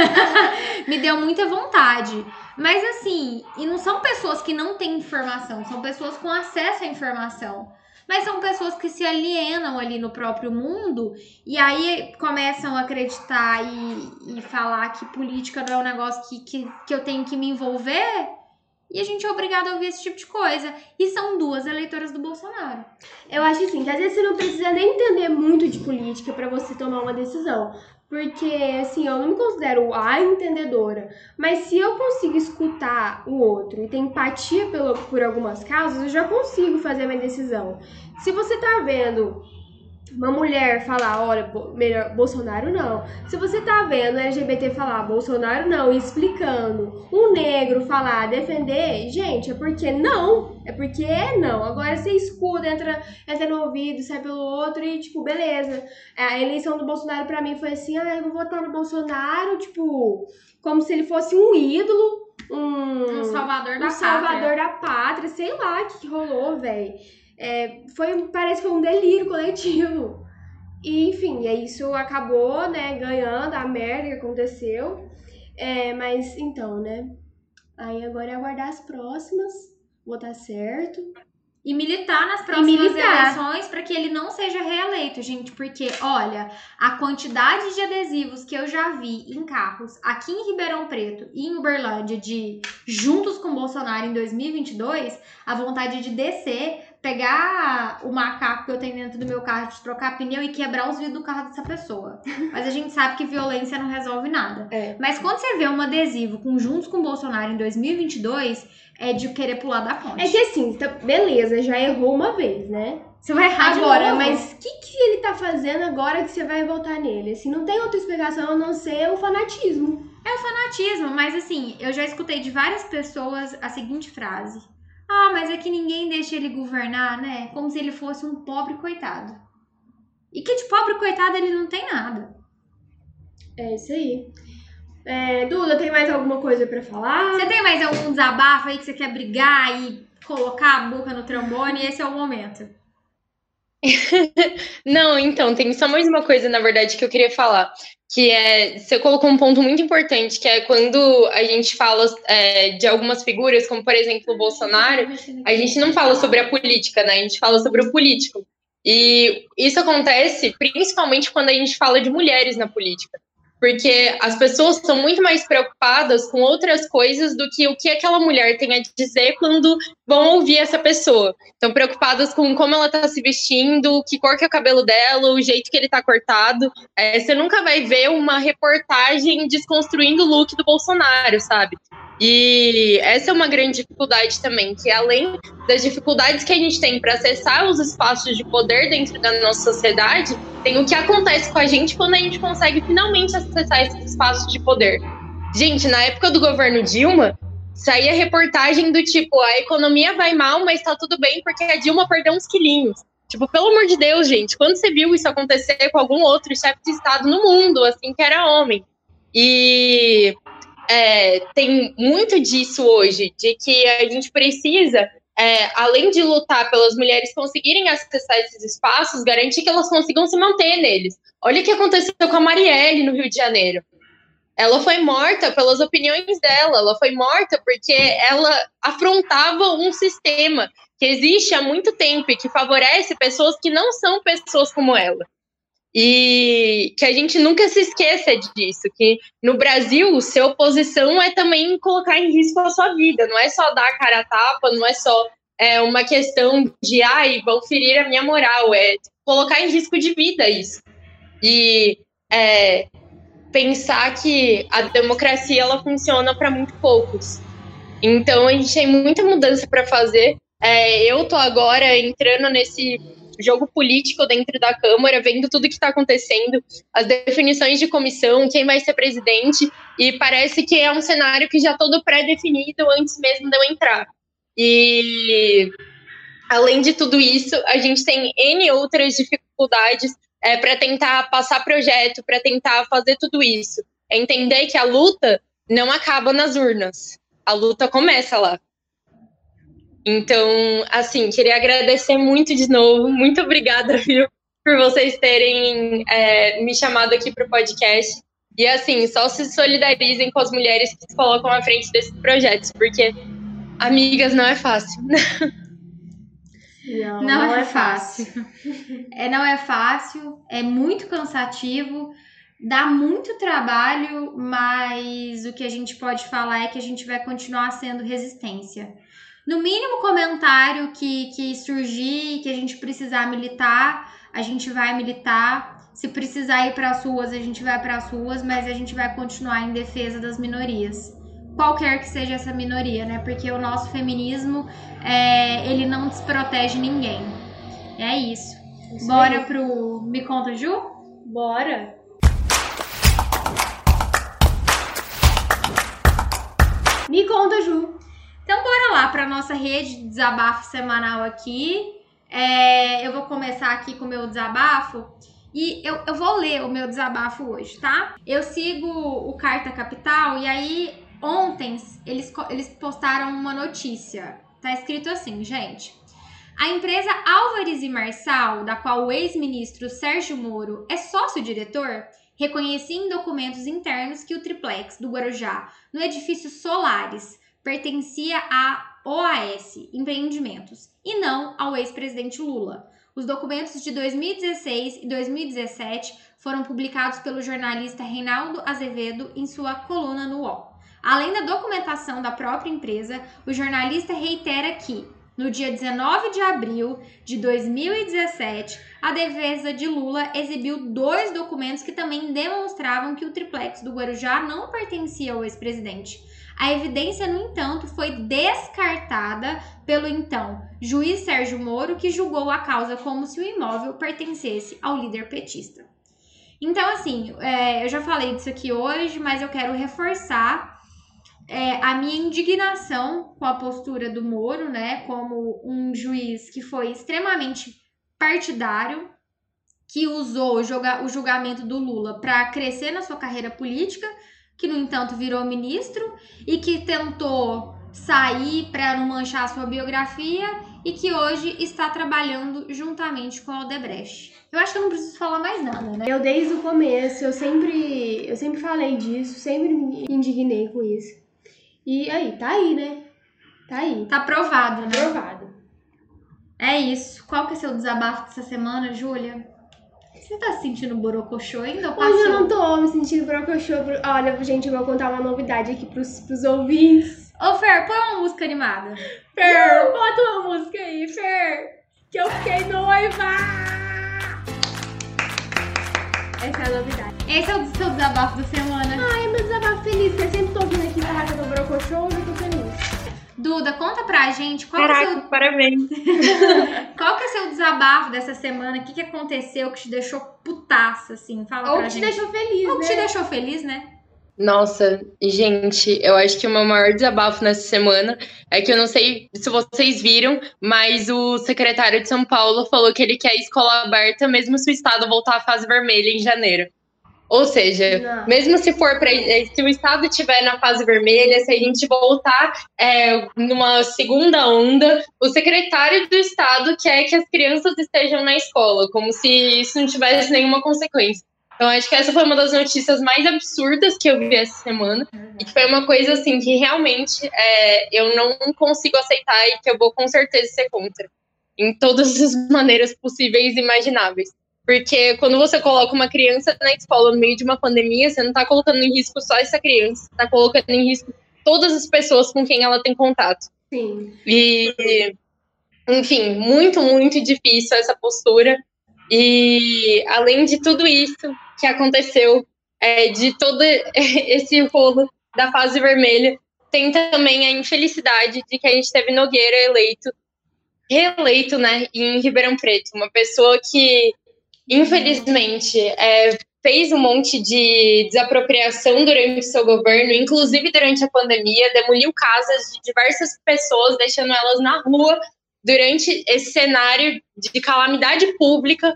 Me deu muita vontade. Mas assim, e não são pessoas que não têm informação, são pessoas com acesso à informação. Mas são pessoas que se alienam ali no próprio mundo e aí começam a acreditar e falar que política não é um negócio que eu tenho que me envolver. E a gente é obrigado a ouvir esse tipo de coisa. E são 2 eleitoras do Bolsonaro. Eu acho assim, que às vezes você não precisa nem entender muito de política pra você tomar uma decisão. Porque, assim, eu não me considero a entendedora. Mas se eu consigo escutar o outro e ter empatia por algumas causas, eu já consigo fazer a minha decisão. Se você tá vendo uma mulher falar, olha, melhor, Bolsonaro não. Se você tá vendo LGBT falar, Bolsonaro não, e explicando, um negro falar, defender, gente, é porque não. É porque é não. Agora você escuta, entra no ouvido, sai pelo outro e, tipo, beleza. A eleição do Bolsonaro pra mim foi assim, eu vou votar no Bolsonaro, tipo, como se ele fosse um ídolo, um salvador da salvador da pátria, sei lá o que rolou, velho. Parece que foi um delírio coletivo. E, enfim, isso acabou, né, ganhando a merda que aconteceu. Mas, então, né, aí agora é aguardar as próximas, votar certo. E militar nas próximas eleições para que ele não seja reeleito, gente. Porque, olha, a quantidade de adesivos que eu já vi em carros aqui em Ribeirão Preto e em Uberlândia de Juntos com Bolsonaro em 2022, a vontade de descer, pegar o macaco que eu tenho dentro do meu carro, de trocar pneu e quebrar os vidros do carro dessa pessoa. Mas a gente sabe que violência não resolve nada. Mas quando você vê um adesivo com Juntos com Bolsonaro em 2022... é de querer pular da ponte. É que assim, beleza, já errou uma vez, né? Você vai errar agora, de novo. Mas o que ele tá fazendo agora que você vai votar nele? Assim, não tem outra explicação a não ser o fanatismo. É o fanatismo, mas assim, eu já escutei de várias pessoas a seguinte frase. Mas é que ninguém deixa ele governar, né? Como se ele fosse um pobre coitado. E que de pobre coitado ele não tem nada. É isso aí. Duda, tem mais alguma coisa pra falar? Você tem mais algum desabafo aí que você quer brigar e colocar a boca no trombone? Esse é o momento. Não, então, tem só mais uma coisa, na verdade, que eu queria falar. Que você colocou um ponto muito importante, que é quando a gente fala de algumas figuras, como, por exemplo, o Bolsonaro, a gente não fala sobre a política, né? A gente fala sobre o político. E isso acontece principalmente quando a gente fala de mulheres na política. Porque as pessoas estão muito mais preocupadas com outras coisas do que o que aquela mulher tem a dizer quando vão ouvir essa pessoa. Estão preocupadas com como ela está se vestindo, que cor que é o cabelo dela, o jeito que ele está cortado. Você nunca vai ver uma reportagem desconstruindo o look do Bolsonaro, sabe? E essa é uma grande dificuldade também, que além das dificuldades que a gente tem para acessar os espaços de poder dentro da nossa sociedade, tem o que acontece com a gente quando a gente consegue finalmente acessar esses espaços de poder. Gente, na época do governo Dilma, saía reportagem do tipo, a economia vai mal, mas tá tudo bem porque a Dilma perdeu uns quilinhos. Tipo, pelo amor de Deus, gente, quando você viu isso acontecer com algum outro chefe de Estado no mundo, assim, que era homem? E tem muito disso hoje, de que a gente precisa, além de lutar pelas mulheres conseguirem acessar esses espaços, garantir que elas consigam se manter neles. Olha o que aconteceu com a Marielle no Rio de Janeiro. ela foi morta pelas opiniões dela, ela foi morta porque ela afrontava um sistema que existe há muito tempo e que favorece pessoas que não são pessoas como ela. E que a gente nunca se esqueça disso, que no Brasil, ser oposição é também colocar em risco a sua vida, não é só dar a cara a tapa, não é só uma questão de, vão ferir a minha moral, é colocar em risco de vida isso. E pensar que a democracia ela funciona para muito poucos. Então a gente tem muita mudança para fazer. Eu tô agora entrando nesse jogo político dentro da Câmara, vendo tudo que está acontecendo, as definições de comissão, quem vai ser presidente, e parece que é um cenário que já todo pré-definido antes mesmo de eu entrar. E além de tudo isso, a gente tem N outras dificuldades para tentar passar projeto, para tentar fazer tudo isso. É entender que a luta não acaba nas urnas. A luta começa lá. Então, assim, queria agradecer muito de novo. Muito obrigada, viu, por vocês terem me chamado aqui para o podcast. E, assim, só se solidarizem com as mulheres que se colocam à frente desses projetos, porque, amigas, não é fácil. Não é fácil. Não é fácil, é muito cansativo, dá muito trabalho, mas o que a gente pode falar é que a gente vai continuar sendo resistência. No mínimo comentário que surgir, que a gente precisar militar, a gente vai militar. Se precisar ir para as ruas, a gente vai para as ruas, mas a gente vai continuar em defesa das minorias. Qualquer que seja essa minoria, né? Porque o nosso feminismo, ele não desprotege ninguém. É isso. Bora pro Me Conta, Ju? Bora! Me conta, Ju! Então, bora lá para nossa rede de desabafo semanal aqui. Eu vou começar aqui com o meu desabafo. E eu vou ler o meu desabafo hoje, tá? Eu sigo o Carta Capital e aí ontem eles postaram uma notícia. Tá escrito assim, gente. A empresa Álvares e Marçal, da qual o ex-ministro Sérgio Moro é sócio-diretor, reconhecia em documentos internos que o triplex do Guarujá, no edifício Solares, pertencia à OAS Empreendimentos e não ao ex-presidente Lula. Os documentos de 2016 e 2017 foram publicados pelo jornalista Reinaldo Azevedo em sua coluna no UOL. Além da documentação da própria empresa, o jornalista reitera que, no dia 19 de abril de 2017, a defesa de Lula exibiu 2 documentos que também demonstravam que o triplex do Guarujá não pertencia ao ex-presidente. A evidência, no entanto, foi descartada pelo então juiz Sérgio Moro, que julgou a causa como se o imóvel pertencesse ao líder petista. Então, assim, eu já falei disso aqui hoje, mas eu quero reforçar a minha indignação com a postura do Moro, né, como um juiz que foi extremamente partidário, que usou o julgamento do Lula para crescer na sua carreira política, que, no entanto, virou ministro e que tentou sair para não manchar a sua biografia e que hoje está trabalhando juntamente com a Odebrecht. Eu acho que eu não preciso falar mais nada, né? Eu, desde o começo, eu sempre falei disso, sempre me indignei com isso. E aí, tá aí, né? Tá aí. Tá provado, né? Provado. É isso. Qual que é seu desabafo dessa semana, Júlia? Você tá se sentindo borocochô ainda ou passou? Hoje eu não tô me sentindo borocochô. Olha, gente, eu vou contar uma novidade aqui pros ouvintes. Ô, Fer, põe uma música animada. Fer, bota uma música aí, Fer. Que eu fiquei noiva. Essa é a novidade. Esse é o seu desabafo da semana. Ai, meu desabafo feliz, porque eu sempre tô vindo aqui na rádio do Borocochô, hoje eu tô feliz. Duda, conta pra gente qual Caraca, que é seu... parabéns. Qual que é o seu desabafo dessa semana? O que aconteceu que te deixou putaça, assim? Fala Ou pra que gente. te deixou feliz, Ou né? que te deixou feliz, né? Nossa, gente, eu acho que o meu maior desabafo nessa semana é que eu não sei se vocês viram, mas o secretário de São Paulo falou que ele quer escola aberta mesmo se o estado voltar à fase vermelha em janeiro. Ou seja, mesmo se for se o estado estiver na fase vermelha, se a gente voltar numa segunda onda, o secretário do estado quer que as crianças estejam na escola, como se isso não tivesse nenhuma consequência. Então, acho que essa foi uma das notícias mais absurdas que eu vi essa semana. E que foi uma coisa, assim, que realmente eu não consigo aceitar e que eu vou com certeza ser contra. Em todas as maneiras possíveis e imagináveis. Porque quando você coloca uma criança na escola no meio de uma pandemia, você não está colocando em risco só essa criança. Você está colocando em risco todas as pessoas com quem ela tem contato. Sim. E, enfim, muito, muito difícil essa postura. E, além de tudo isso que aconteceu, de todo esse rolo da fase vermelha, tem também a infelicidade de que a gente teve Nogueira reeleito, né, em Ribeirão Preto. Uma pessoa que, infelizmente, fez um monte de desapropriação durante o seu governo, inclusive durante a pandemia, demoliu casas de diversas pessoas, deixando elas na rua durante esse cenário de calamidade pública,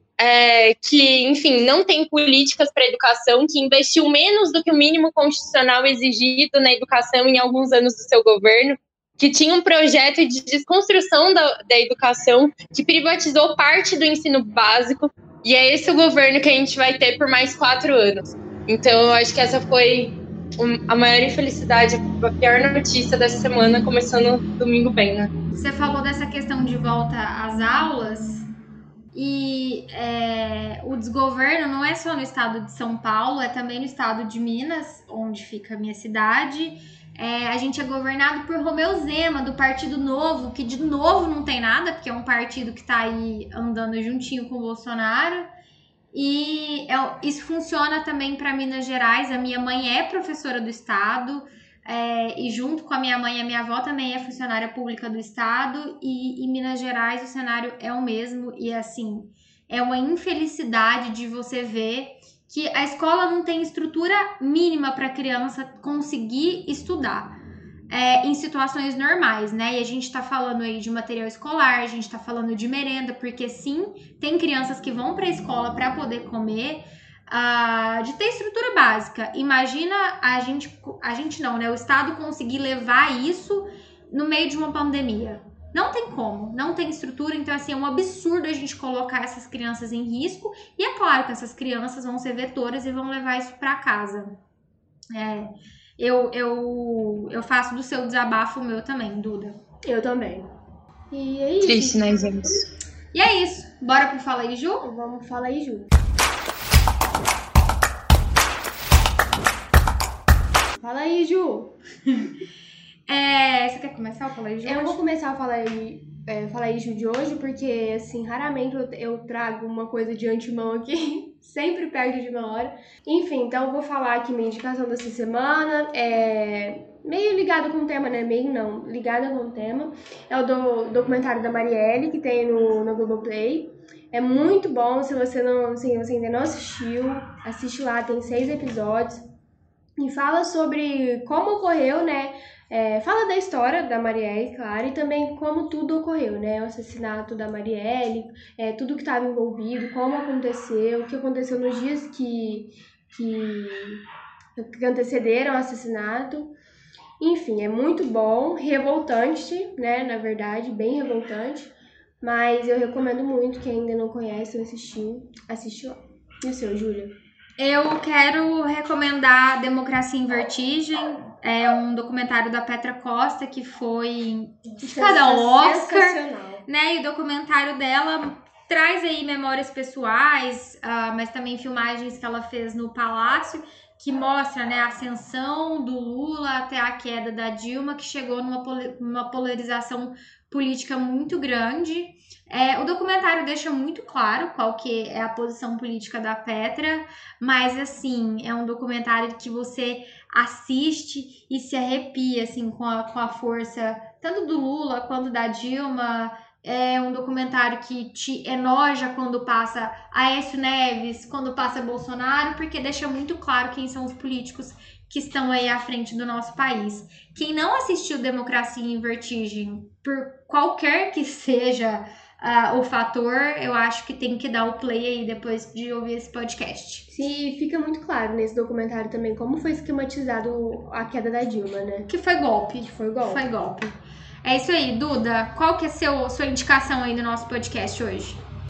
que, enfim, não tem políticas para a educação, que investiu menos do que o mínimo constitucional exigido na educação em alguns anos do seu governo, que tinha um projeto de desconstrução da educação, que privatizou parte do ensino básico, e é esse o governo que a gente vai ter por mais 4 anos. Então, eu acho que essa foi a maior infelicidade, a pior notícia dessa semana, começando domingo bem, né? Você falou dessa questão de volta às aulas, e o desgoverno não é só no estado de São Paulo, é também no estado de Minas, onde fica a minha cidade. A gente é governado por Romeu Zema, do Partido Novo, que de novo não tem nada, porque é um partido que tá aí andando juntinho com o Bolsonaro. E isso funciona também para Minas Gerais. A minha mãe é professora do estado, e junto com a minha mãe, a minha avó também é funcionária pública do estado. E em Minas Gerais o cenário é o mesmo. E assim, é uma infelicidade de você ver que a escola não tem estrutura mínima para a criança conseguir estudar em situações normais, né? E a gente tá falando aí de material escolar, a gente tá falando de merenda, porque sim, tem crianças que vão para a escola para poder comer, de ter estrutura básica. Imagina a gente não, né? O Estado conseguir levar isso no meio de uma pandemia. Não tem como, não tem estrutura, então assim, é um absurdo a gente colocar essas crianças em risco, e é claro que essas crianças vão ser vetoras e vão levar isso para casa. Eu faço do seu desabafo o meu também, Duda. Eu também. E é isso. Triste, né, gente? E é isso. Bora pro Fala aí, Ju? Vamos falar aí, Ju. Fala aí, Ju. Você quer começar o Fala aí, Ju? Eu vou começar a falar aí, Ju, de hoje, porque, assim, raramente eu trago uma coisa de antemão aqui, sempre perto de uma hora. Enfim, então eu vou falar aqui minha indicação dessa semana, meio ligado com o tema, né? Meio não, ligada com o tema. É o documentário da Marielle, que tem no Globoplay. É muito bom, se você ainda não assistiu, assiste lá, tem 6 episódios. E fala sobre como ocorreu, né? Fala da história da Marielle, claro, e também como tudo ocorreu, né? O assassinato da Marielle, tudo que estava envolvido, como aconteceu, o que aconteceu nos dias que antecederam o assassinato. Enfim, é muito bom, revoltante, né? Na verdade, bem revoltante. Mas eu recomendo muito, quem ainda não conhece ou assistiu. E o seu, Júlia? Eu quero recomendar Democracia em Vertigem. É um documentário da Petra Costa que foi indicada ao Oscar, né? E o documentário dela traz aí memórias pessoais, mas também filmagens que ela fez no Palácio, que mostra, né, a ascensão do Lula até a queda da Dilma, que chegou numa polarização política muito grande. O documentário deixa muito claro qual que é a posição política da Petra, mas assim, é um documentário que você assiste e se arrepia assim, com a força tanto do Lula quanto da Dilma. É um documentário que te enoja quando passa Aécio Neves, quando passa Bolsonaro, porque deixa muito claro quem são os políticos que estão aí à frente do nosso país. Quem não assistiu Democracia em Vertigem, por qualquer que seja o fator, eu acho que tem que dar o play aí depois de ouvir esse podcast. Sim, fica muito claro nesse documentário também como foi esquematizado a queda da Dilma, né? Que foi golpe. Foi golpe. É isso aí, Duda. Qual que é sua indicação aí no nosso podcast hoje?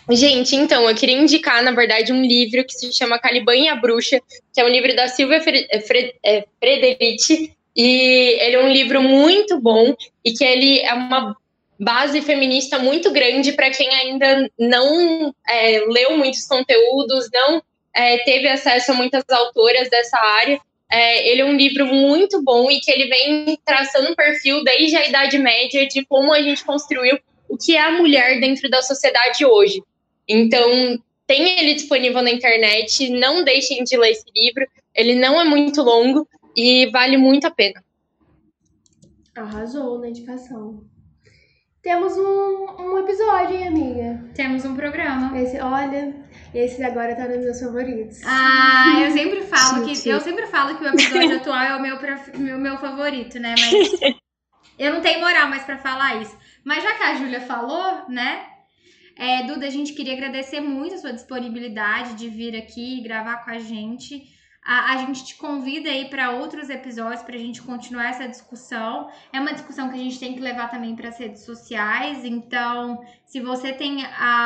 Gente, então, eu queria indicar, na verdade, um livro que se chama Caliban e a Bruxa, que é um livro da Silvia Frederici, e ele é um livro muito bom e que ele é uma base feminista muito grande para quem ainda não leu muitos conteúdos, não teve acesso a muitas autoras dessa área. Ele é um livro muito bom e que ele vem traçando um perfil desde a Idade Média de como a gente construiu o que é a mulher dentro da sociedade hoje. Então, tem ele disponível na internet, não deixem de ler esse livro, ele não é muito longo e vale muito a pena. Arrasou na indicação. Temos um episódio, hein, amiga? Temos um programa. Esse agora tá nos meus favoritos. Eu sempre falo que o episódio atual é o meu favorito, né? Mas eu não tenho moral mais pra falar isso. Mas já que a Júlia falou, né? Duda, a gente queria agradecer muito a sua disponibilidade de vir aqui e gravar com a gente. A gente te convida aí para outros episódios para a gente continuar essa discussão. É uma discussão que a gente tem que levar também para as redes sociais. Então, se você tem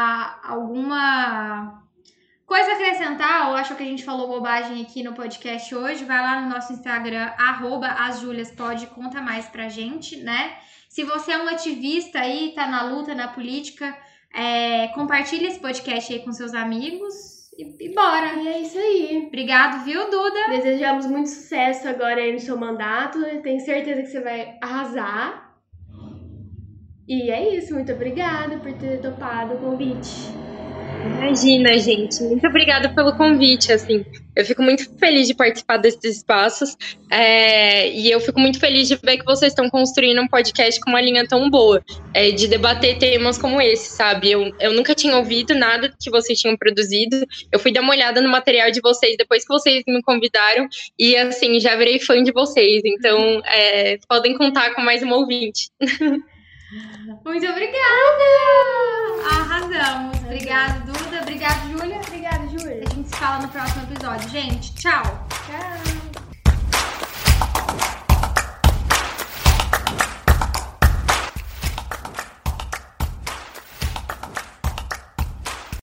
alguma coisa a acrescentar ou achou que a gente falou bobagem aqui no podcast hoje, vai lá no nosso Instagram, @asjuliaspod, conta mais pra gente, né? Se você é um ativista aí, tá na luta, na política, compartilha esse podcast aí com seus amigos e bora. E é isso aí. Obrigado, viu, Duda? Desejamos muito sucesso agora aí no seu mandato. Tenho certeza que você vai arrasar. E é isso. Muito obrigada por ter topado o convite. Imagina, gente. Muito obrigada pelo convite, assim. Eu fico muito feliz de participar desses espaços e eu fico muito feliz de ver que vocês estão construindo um podcast com uma linha tão boa, de debater temas como esse, sabe? Eu nunca tinha ouvido nada que vocês tinham produzido. Eu fui dar uma olhada no material de vocês depois que vocês me convidaram e, assim, já virei fã de vocês. Então, podem contar com mais uma ouvinte. Muito obrigada! Arrasamos. Obrigada, Duda. Obrigada, Júlia. Obrigada, Júlia. A gente se fala no próximo episódio. Gente, tchau! Tchau!